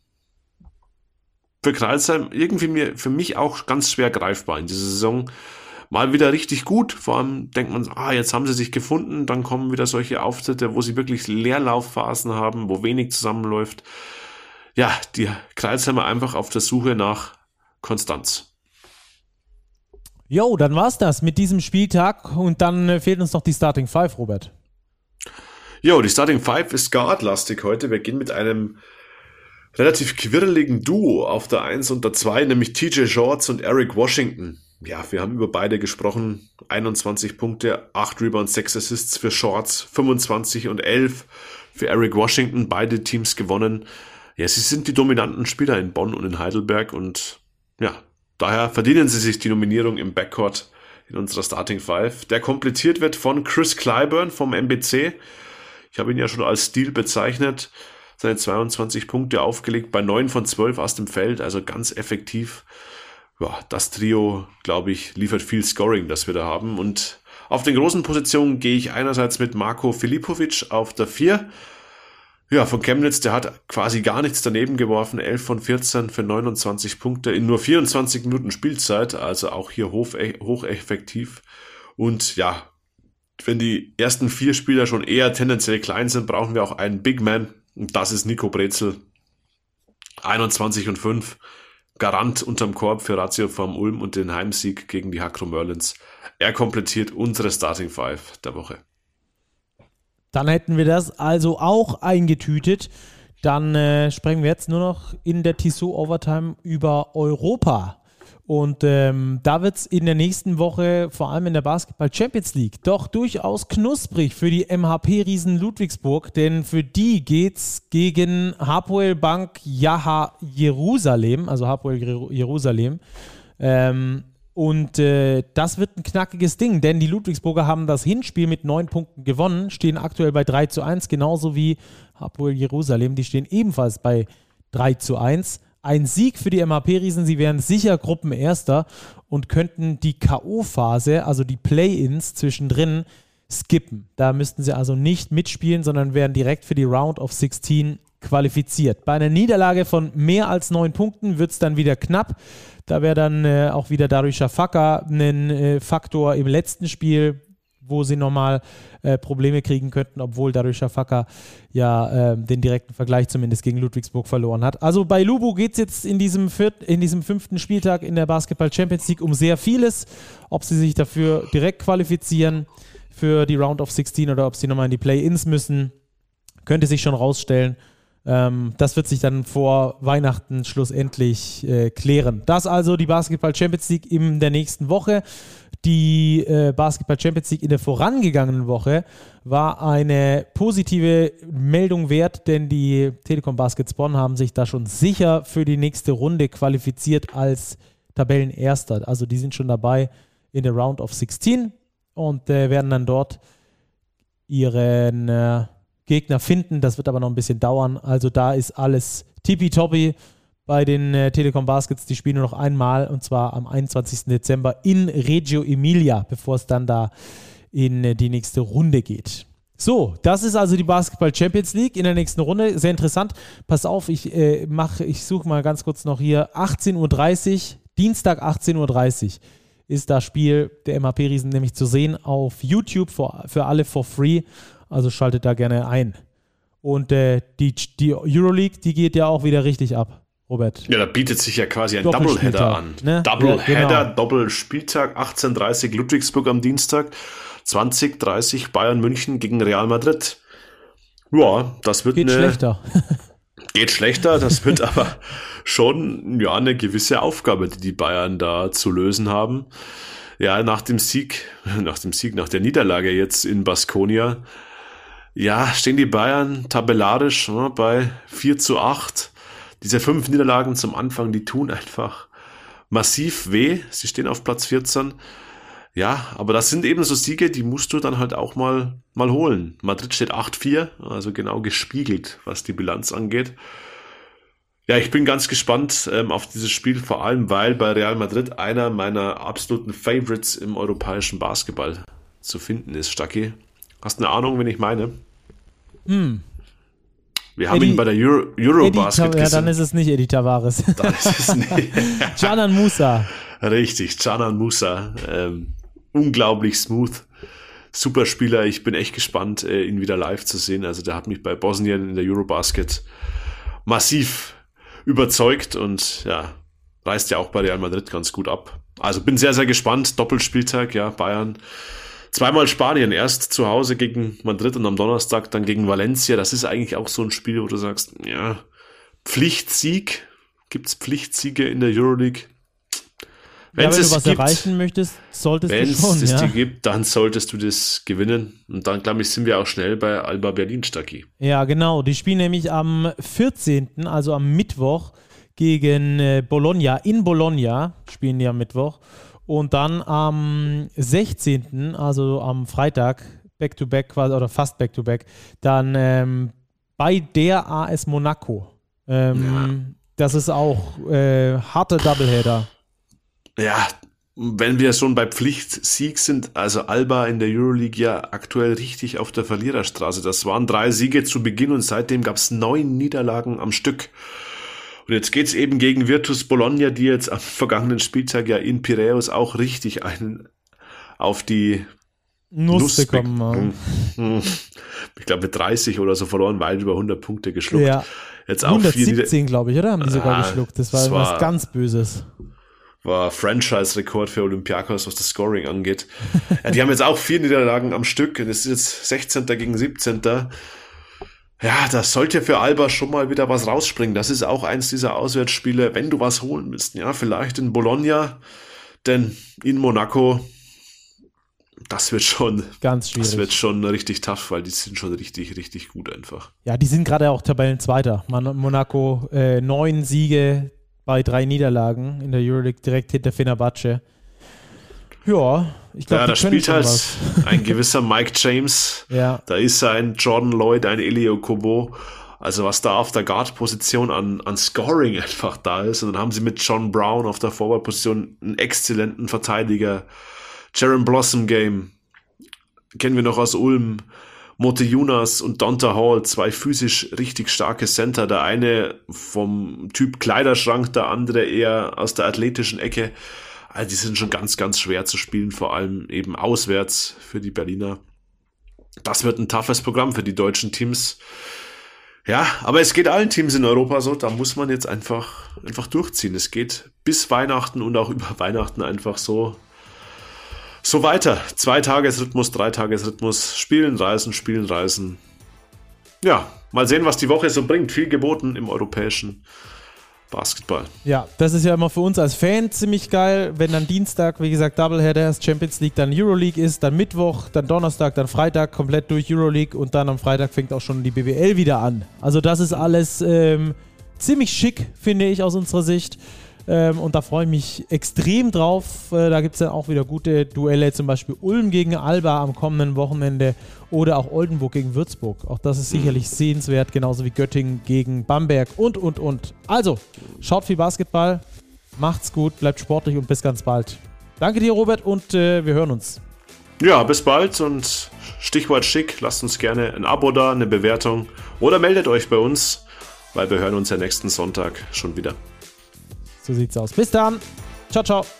für Crailsheim irgendwie mir, für mich auch ganz schwer greifbar in dieser Saison. Mal wieder richtig gut, vor allem denkt man, ah, jetzt haben sie sich gefunden, dann kommen wieder solche Auftritte, wo sie wirklich Leerlaufphasen haben, wo wenig zusammenläuft. Ja, die Crailsheimer einfach auf der Suche nach Konstanz. Jo, dann war's das mit diesem Spieltag und dann äh, fehlt uns noch die Starting Five, Robert. Jo, die Starting Five ist guardlastig heute. Wir gehen mit einem relativ quirligen Duo auf der eins und der zwei, nämlich T J Shorts und Eric Washington. Ja, wir haben über beide gesprochen. einundzwanzig Punkte, acht Rebounds, sechs Assists für Shorts, fünfundzwanzig und elf für Eric Washington. Beide Teams gewonnen. Ja, sie sind die dominanten Spieler in Bonn und in Heidelberg und ja, daher verdienen sie sich die Nominierung im Backcourt in unserer Starting Five, der komplettiert wird von Chris Clyburn vom M B C. Ich habe ihn ja schon als Stil bezeichnet. Seine zweiundzwanzig Punkte aufgelegt bei neun von zwölf aus dem Feld, also ganz effektiv. Ja, das Trio, glaube ich, liefert viel Scoring, das wir da haben. Und auf den großen Positionen gehe ich einerseits mit Marko Filipovic auf der vier. Ja, von Chemnitz, der hat quasi gar nichts daneben geworfen, elf von vierzehn für neunundzwanzig Punkte in nur vierundzwanzig Minuten Spielzeit, also auch hier hoch, hocheffektiv. Und ja, wenn die ersten vier Spieler schon eher tendenziell klein sind, brauchen wir auch einen Big Man. Und das ist Nico Brezel. einundzwanzig und fünf. Garant unterm Korb für Ratiofarm Ulm und den Heimsieg gegen die Hakro Merlins. Er komplettiert unsere Starting Five der Woche. Dann hätten wir das also auch eingetütet. Dann äh, sprechen wir jetzt nur noch in der Tissot Overtime über Europa. Und ähm, da wird es in der nächsten Woche, vor allem in der Basketball Champions League, doch durchaus knusprig für die M H P-Riesen Ludwigsburg, denn für die geht's gegen Hapoel Bank Jaha Jerusalem, also Hapoel Jerusalem. Ähm, und äh, das wird ein knackiges Ding, denn die Ludwigsburger haben das Hinspiel mit neun Punkten gewonnen, stehen aktuell bei drei zu eins, genauso wie Hapoel Jerusalem, die stehen ebenfalls bei drei zu eins. Ein Sieg für die M H P-Riesen, sie wären sicher Gruppenerster und könnten die K O-Phase, also die Play-Ins zwischendrin, skippen. Da müssten sie also nicht mitspielen, sondern wären direkt für die Round of sechzehn qualifiziert. Bei einer Niederlage von mehr als neun Punkten wird es dann wieder knapp. Da wäre dann äh, auch wieder Darusha Fakka ein äh, Faktor im letzten Spiel, wo sie nochmal äh, Probleme kriegen könnten, obwohl Darusha Fakka ja äh, den direkten Vergleich zumindest gegen Ludwigsburg verloren hat. Also bei Lubu geht es jetzt in diesem, viert, in diesem fünften Spieltag in der Basketball Champions League um sehr vieles. Ob sie sich dafür direkt qualifizieren für die Round of sechzehn oder ob sie nochmal in die Play-Ins müssen, könnte sich schon rausstellen. Ähm, das wird sich dann vor Weihnachten schlussendlich äh, klären. Das also die Basketball Champions League in der nächsten Woche. Die äh, Basketball Champions League in der vorangegangenen Woche war eine positive Meldung wert, denn die Telekom Baskets Bonn haben sich da schon sicher für die nächste Runde qualifiziert als Tabellenerster. Also die sind schon dabei in der Round of sechzehn und äh, werden dann dort ihren äh, Gegner finden. Das wird aber noch ein bisschen dauern. Also da ist alles tippitoppi bei den äh, Telekom Baskets. Die spielen nur noch einmal und zwar am einundzwanzigsten Dezember in Reggio Emilia, bevor es dann da in äh, die nächste Runde geht. So, das ist also die Basketball Champions League in der nächsten Runde. Sehr interessant. Pass auf, ich äh, mache, ich suche mal ganz kurz noch hier. achtzehn Uhr dreißig, Dienstag achtzehn Uhr dreißig ist das Spiel der M H P-Riesen nämlich zu sehen auf YouTube für, für alle for free. Also schaltet da gerne ein. Und äh, die, die Euroleague, die geht ja auch wieder richtig ab, Robert. Ja, da bietet sich ja quasi ein Doubleheader an. Ne? Doubleheader, ja, genau. Doppelspieltag, achtzehn Uhr dreißig Ludwigsburg am Dienstag, zwanzig Uhr dreißig Bayern München gegen Real Madrid. Ja, das wird geht eine... schlechter. Geht schlechter, das wird aber schon ja eine gewisse Aufgabe, die die Bayern da zu lösen haben. Ja, nach dem Sieg, nach dem Sieg, nach der Niederlage jetzt in Baskonia, ja, stehen die Bayern tabellarisch ja, bei vier zu acht. Diese fünf Niederlagen zum Anfang, die tun einfach massiv weh. Sie stehen auf Platz vierzehn. Ja, aber das sind eben so Siege, die musst du dann halt auch mal, mal holen. Madrid steht acht vier, also genau gespiegelt, was die Bilanz angeht. Ja, ich bin ganz gespannt ähm, auf dieses Spiel, vor allem weil bei Real Madrid einer meiner absoluten Favorites im europäischen Basketball zu finden ist, Stacki. Hast du eine Ahnung, wen ich meine? Hm. Wir haben Eddie, ihn bei der Euro, Eurobasket gesehen. Ja, dann ist es nicht Eddie Tavares. Dann ist es nicht. Canan Musa. Richtig, Canan Musa. Ähm, unglaublich smooth. Super Spieler. Ich bin echt gespannt, äh, ihn wieder live zu sehen. Also der hat mich bei Bosnien in der Eurobasket massiv überzeugt und ja, reißt ja auch bei Real Madrid ganz gut ab. Also bin sehr, sehr gespannt. Doppelspieltag, ja, Bayern. Zweimal Spanien, erst zu Hause gegen Madrid und am Donnerstag dann gegen Valencia. Das ist eigentlich auch so ein Spiel, wo du sagst, ja, Pflichtsieg. Gibt's Pflichtsiege in der Euroleague? Ja, wenn du was gibt, erreichen möchtest, solltest du schon. Wenn es ja. dir gibt, dann solltest du das gewinnen. Und dann, glaube ich, sind wir auch schnell bei Alba Berlin, Stacki. Ja, genau. Die spielen nämlich am vierzehnten, also am Mittwoch, gegen äh, Bologna. In Bologna spielen die am Mittwoch. Und dann am sechzehnten, also am Freitag, Back-to-Back quasi, oder fast Back-to-Back, dann ähm, bei der A S Monaco. Ähm, ja. Das ist auch äh, harte Doubleheader. Ja, wenn wir schon bei Pflichtsieg sind, also Alba in der Euroleague ja aktuell richtig auf der Verliererstraße. Das waren drei Siege zu Beginn und seitdem gab es neun Niederlagen am Stück. Und jetzt geht's eben gegen Virtus Bologna, die jetzt am vergangenen Spieltag ja in Piräus auch richtig einen auf die Nuss, Nuss bekommen haben. Ich glaube mit dreißig oder so verloren, weit über hundert Punkte geschluckt. Ja. Jetzt auch hundertsiebzehn, glaube ich, oder? Haben die sogar ah, geschluckt. Das war was ganz Böses. War Franchise-Rekord für Olympiakos, was das Scoring angeht. Ja, die haben jetzt auch vier Niederlagen am Stück. Das ist jetzt sechzehnter gegen siebzehnter Ja, das sollte für Alba schon mal wieder was rausspringen. Das ist auch eins dieser Auswärtsspiele, wenn du was holen willst. Ja, vielleicht in Bologna, denn in Monaco, das wird schon, ganz schwierig. Das wird schon richtig tough, weil die sind schon richtig, richtig gut einfach. Ja, die sind gerade auch Tabellenzweiter. Monaco, äh, neun Siege bei drei Niederlagen in der Euroleague, direkt hinter Fenerbahce. Ja, ich glaube, ja, da spielt halt was. ein gewisser Mike James. Ja. Da ist ein Jordan Lloyd, ein Elio Kobo. Also was da auf der Guard-Position an, an Scoring einfach da ist. Und dann haben sie mit John Brown auf der Forward-Position einen exzellenten Verteidiger. Jaron Blossom Game. Kennen wir noch aus Ulm. Mote Jonas und Donta Hall, zwei physisch richtig starke Center. Der eine vom Typ Kleiderschrank, der andere eher aus der athletischen Ecke. Also die sind schon ganz, ganz schwer zu spielen, vor allem eben auswärts für die Berliner. Das wird ein toughes Programm für die deutschen Teams. Ja, aber es geht allen Teams in Europa so, da muss man jetzt einfach, einfach durchziehen. Es geht bis Weihnachten und auch über Weihnachten einfach so, so weiter. Zwei-Tages-Rhythmus, Drei-Tages-Rhythmus, spielen, reisen, spielen, reisen. Ja, mal sehen, was die Woche so bringt. Viel geboten im europäischen Basketball. Ja, das ist ja immer für uns als Fan ziemlich geil, wenn dann Dienstag, wie gesagt, Doubleheader ist, Champions League, dann Euroleague ist, dann Mittwoch, dann Donnerstag, dann Freitag komplett durch Euroleague und dann am Freitag fängt auch schon die B B L wieder an. Also das ist alles ähm, ziemlich schick, finde ich aus unserer Sicht. Ähm, und da freue ich mich extrem drauf. Äh, da gibt es dann auch wieder gute Duelle, zum Beispiel Ulm gegen Alba am kommenden Wochenende oder auch Oldenburg gegen Würzburg. Auch das ist sicherlich sehenswert, genauso wie Göttingen gegen Bamberg und, und, und. Also, schaut viel Basketball, macht's gut, bleibt sportlich und bis ganz bald. Danke dir, Robert, und äh, wir hören uns. Ja, bis bald und Stichwort schick, lasst uns gerne ein Abo da, eine Bewertung oder meldet euch bei uns, weil wir hören uns ja nächsten Sonntag schon wieder. So sieht's aus. Bis dann. Ciao, ciao.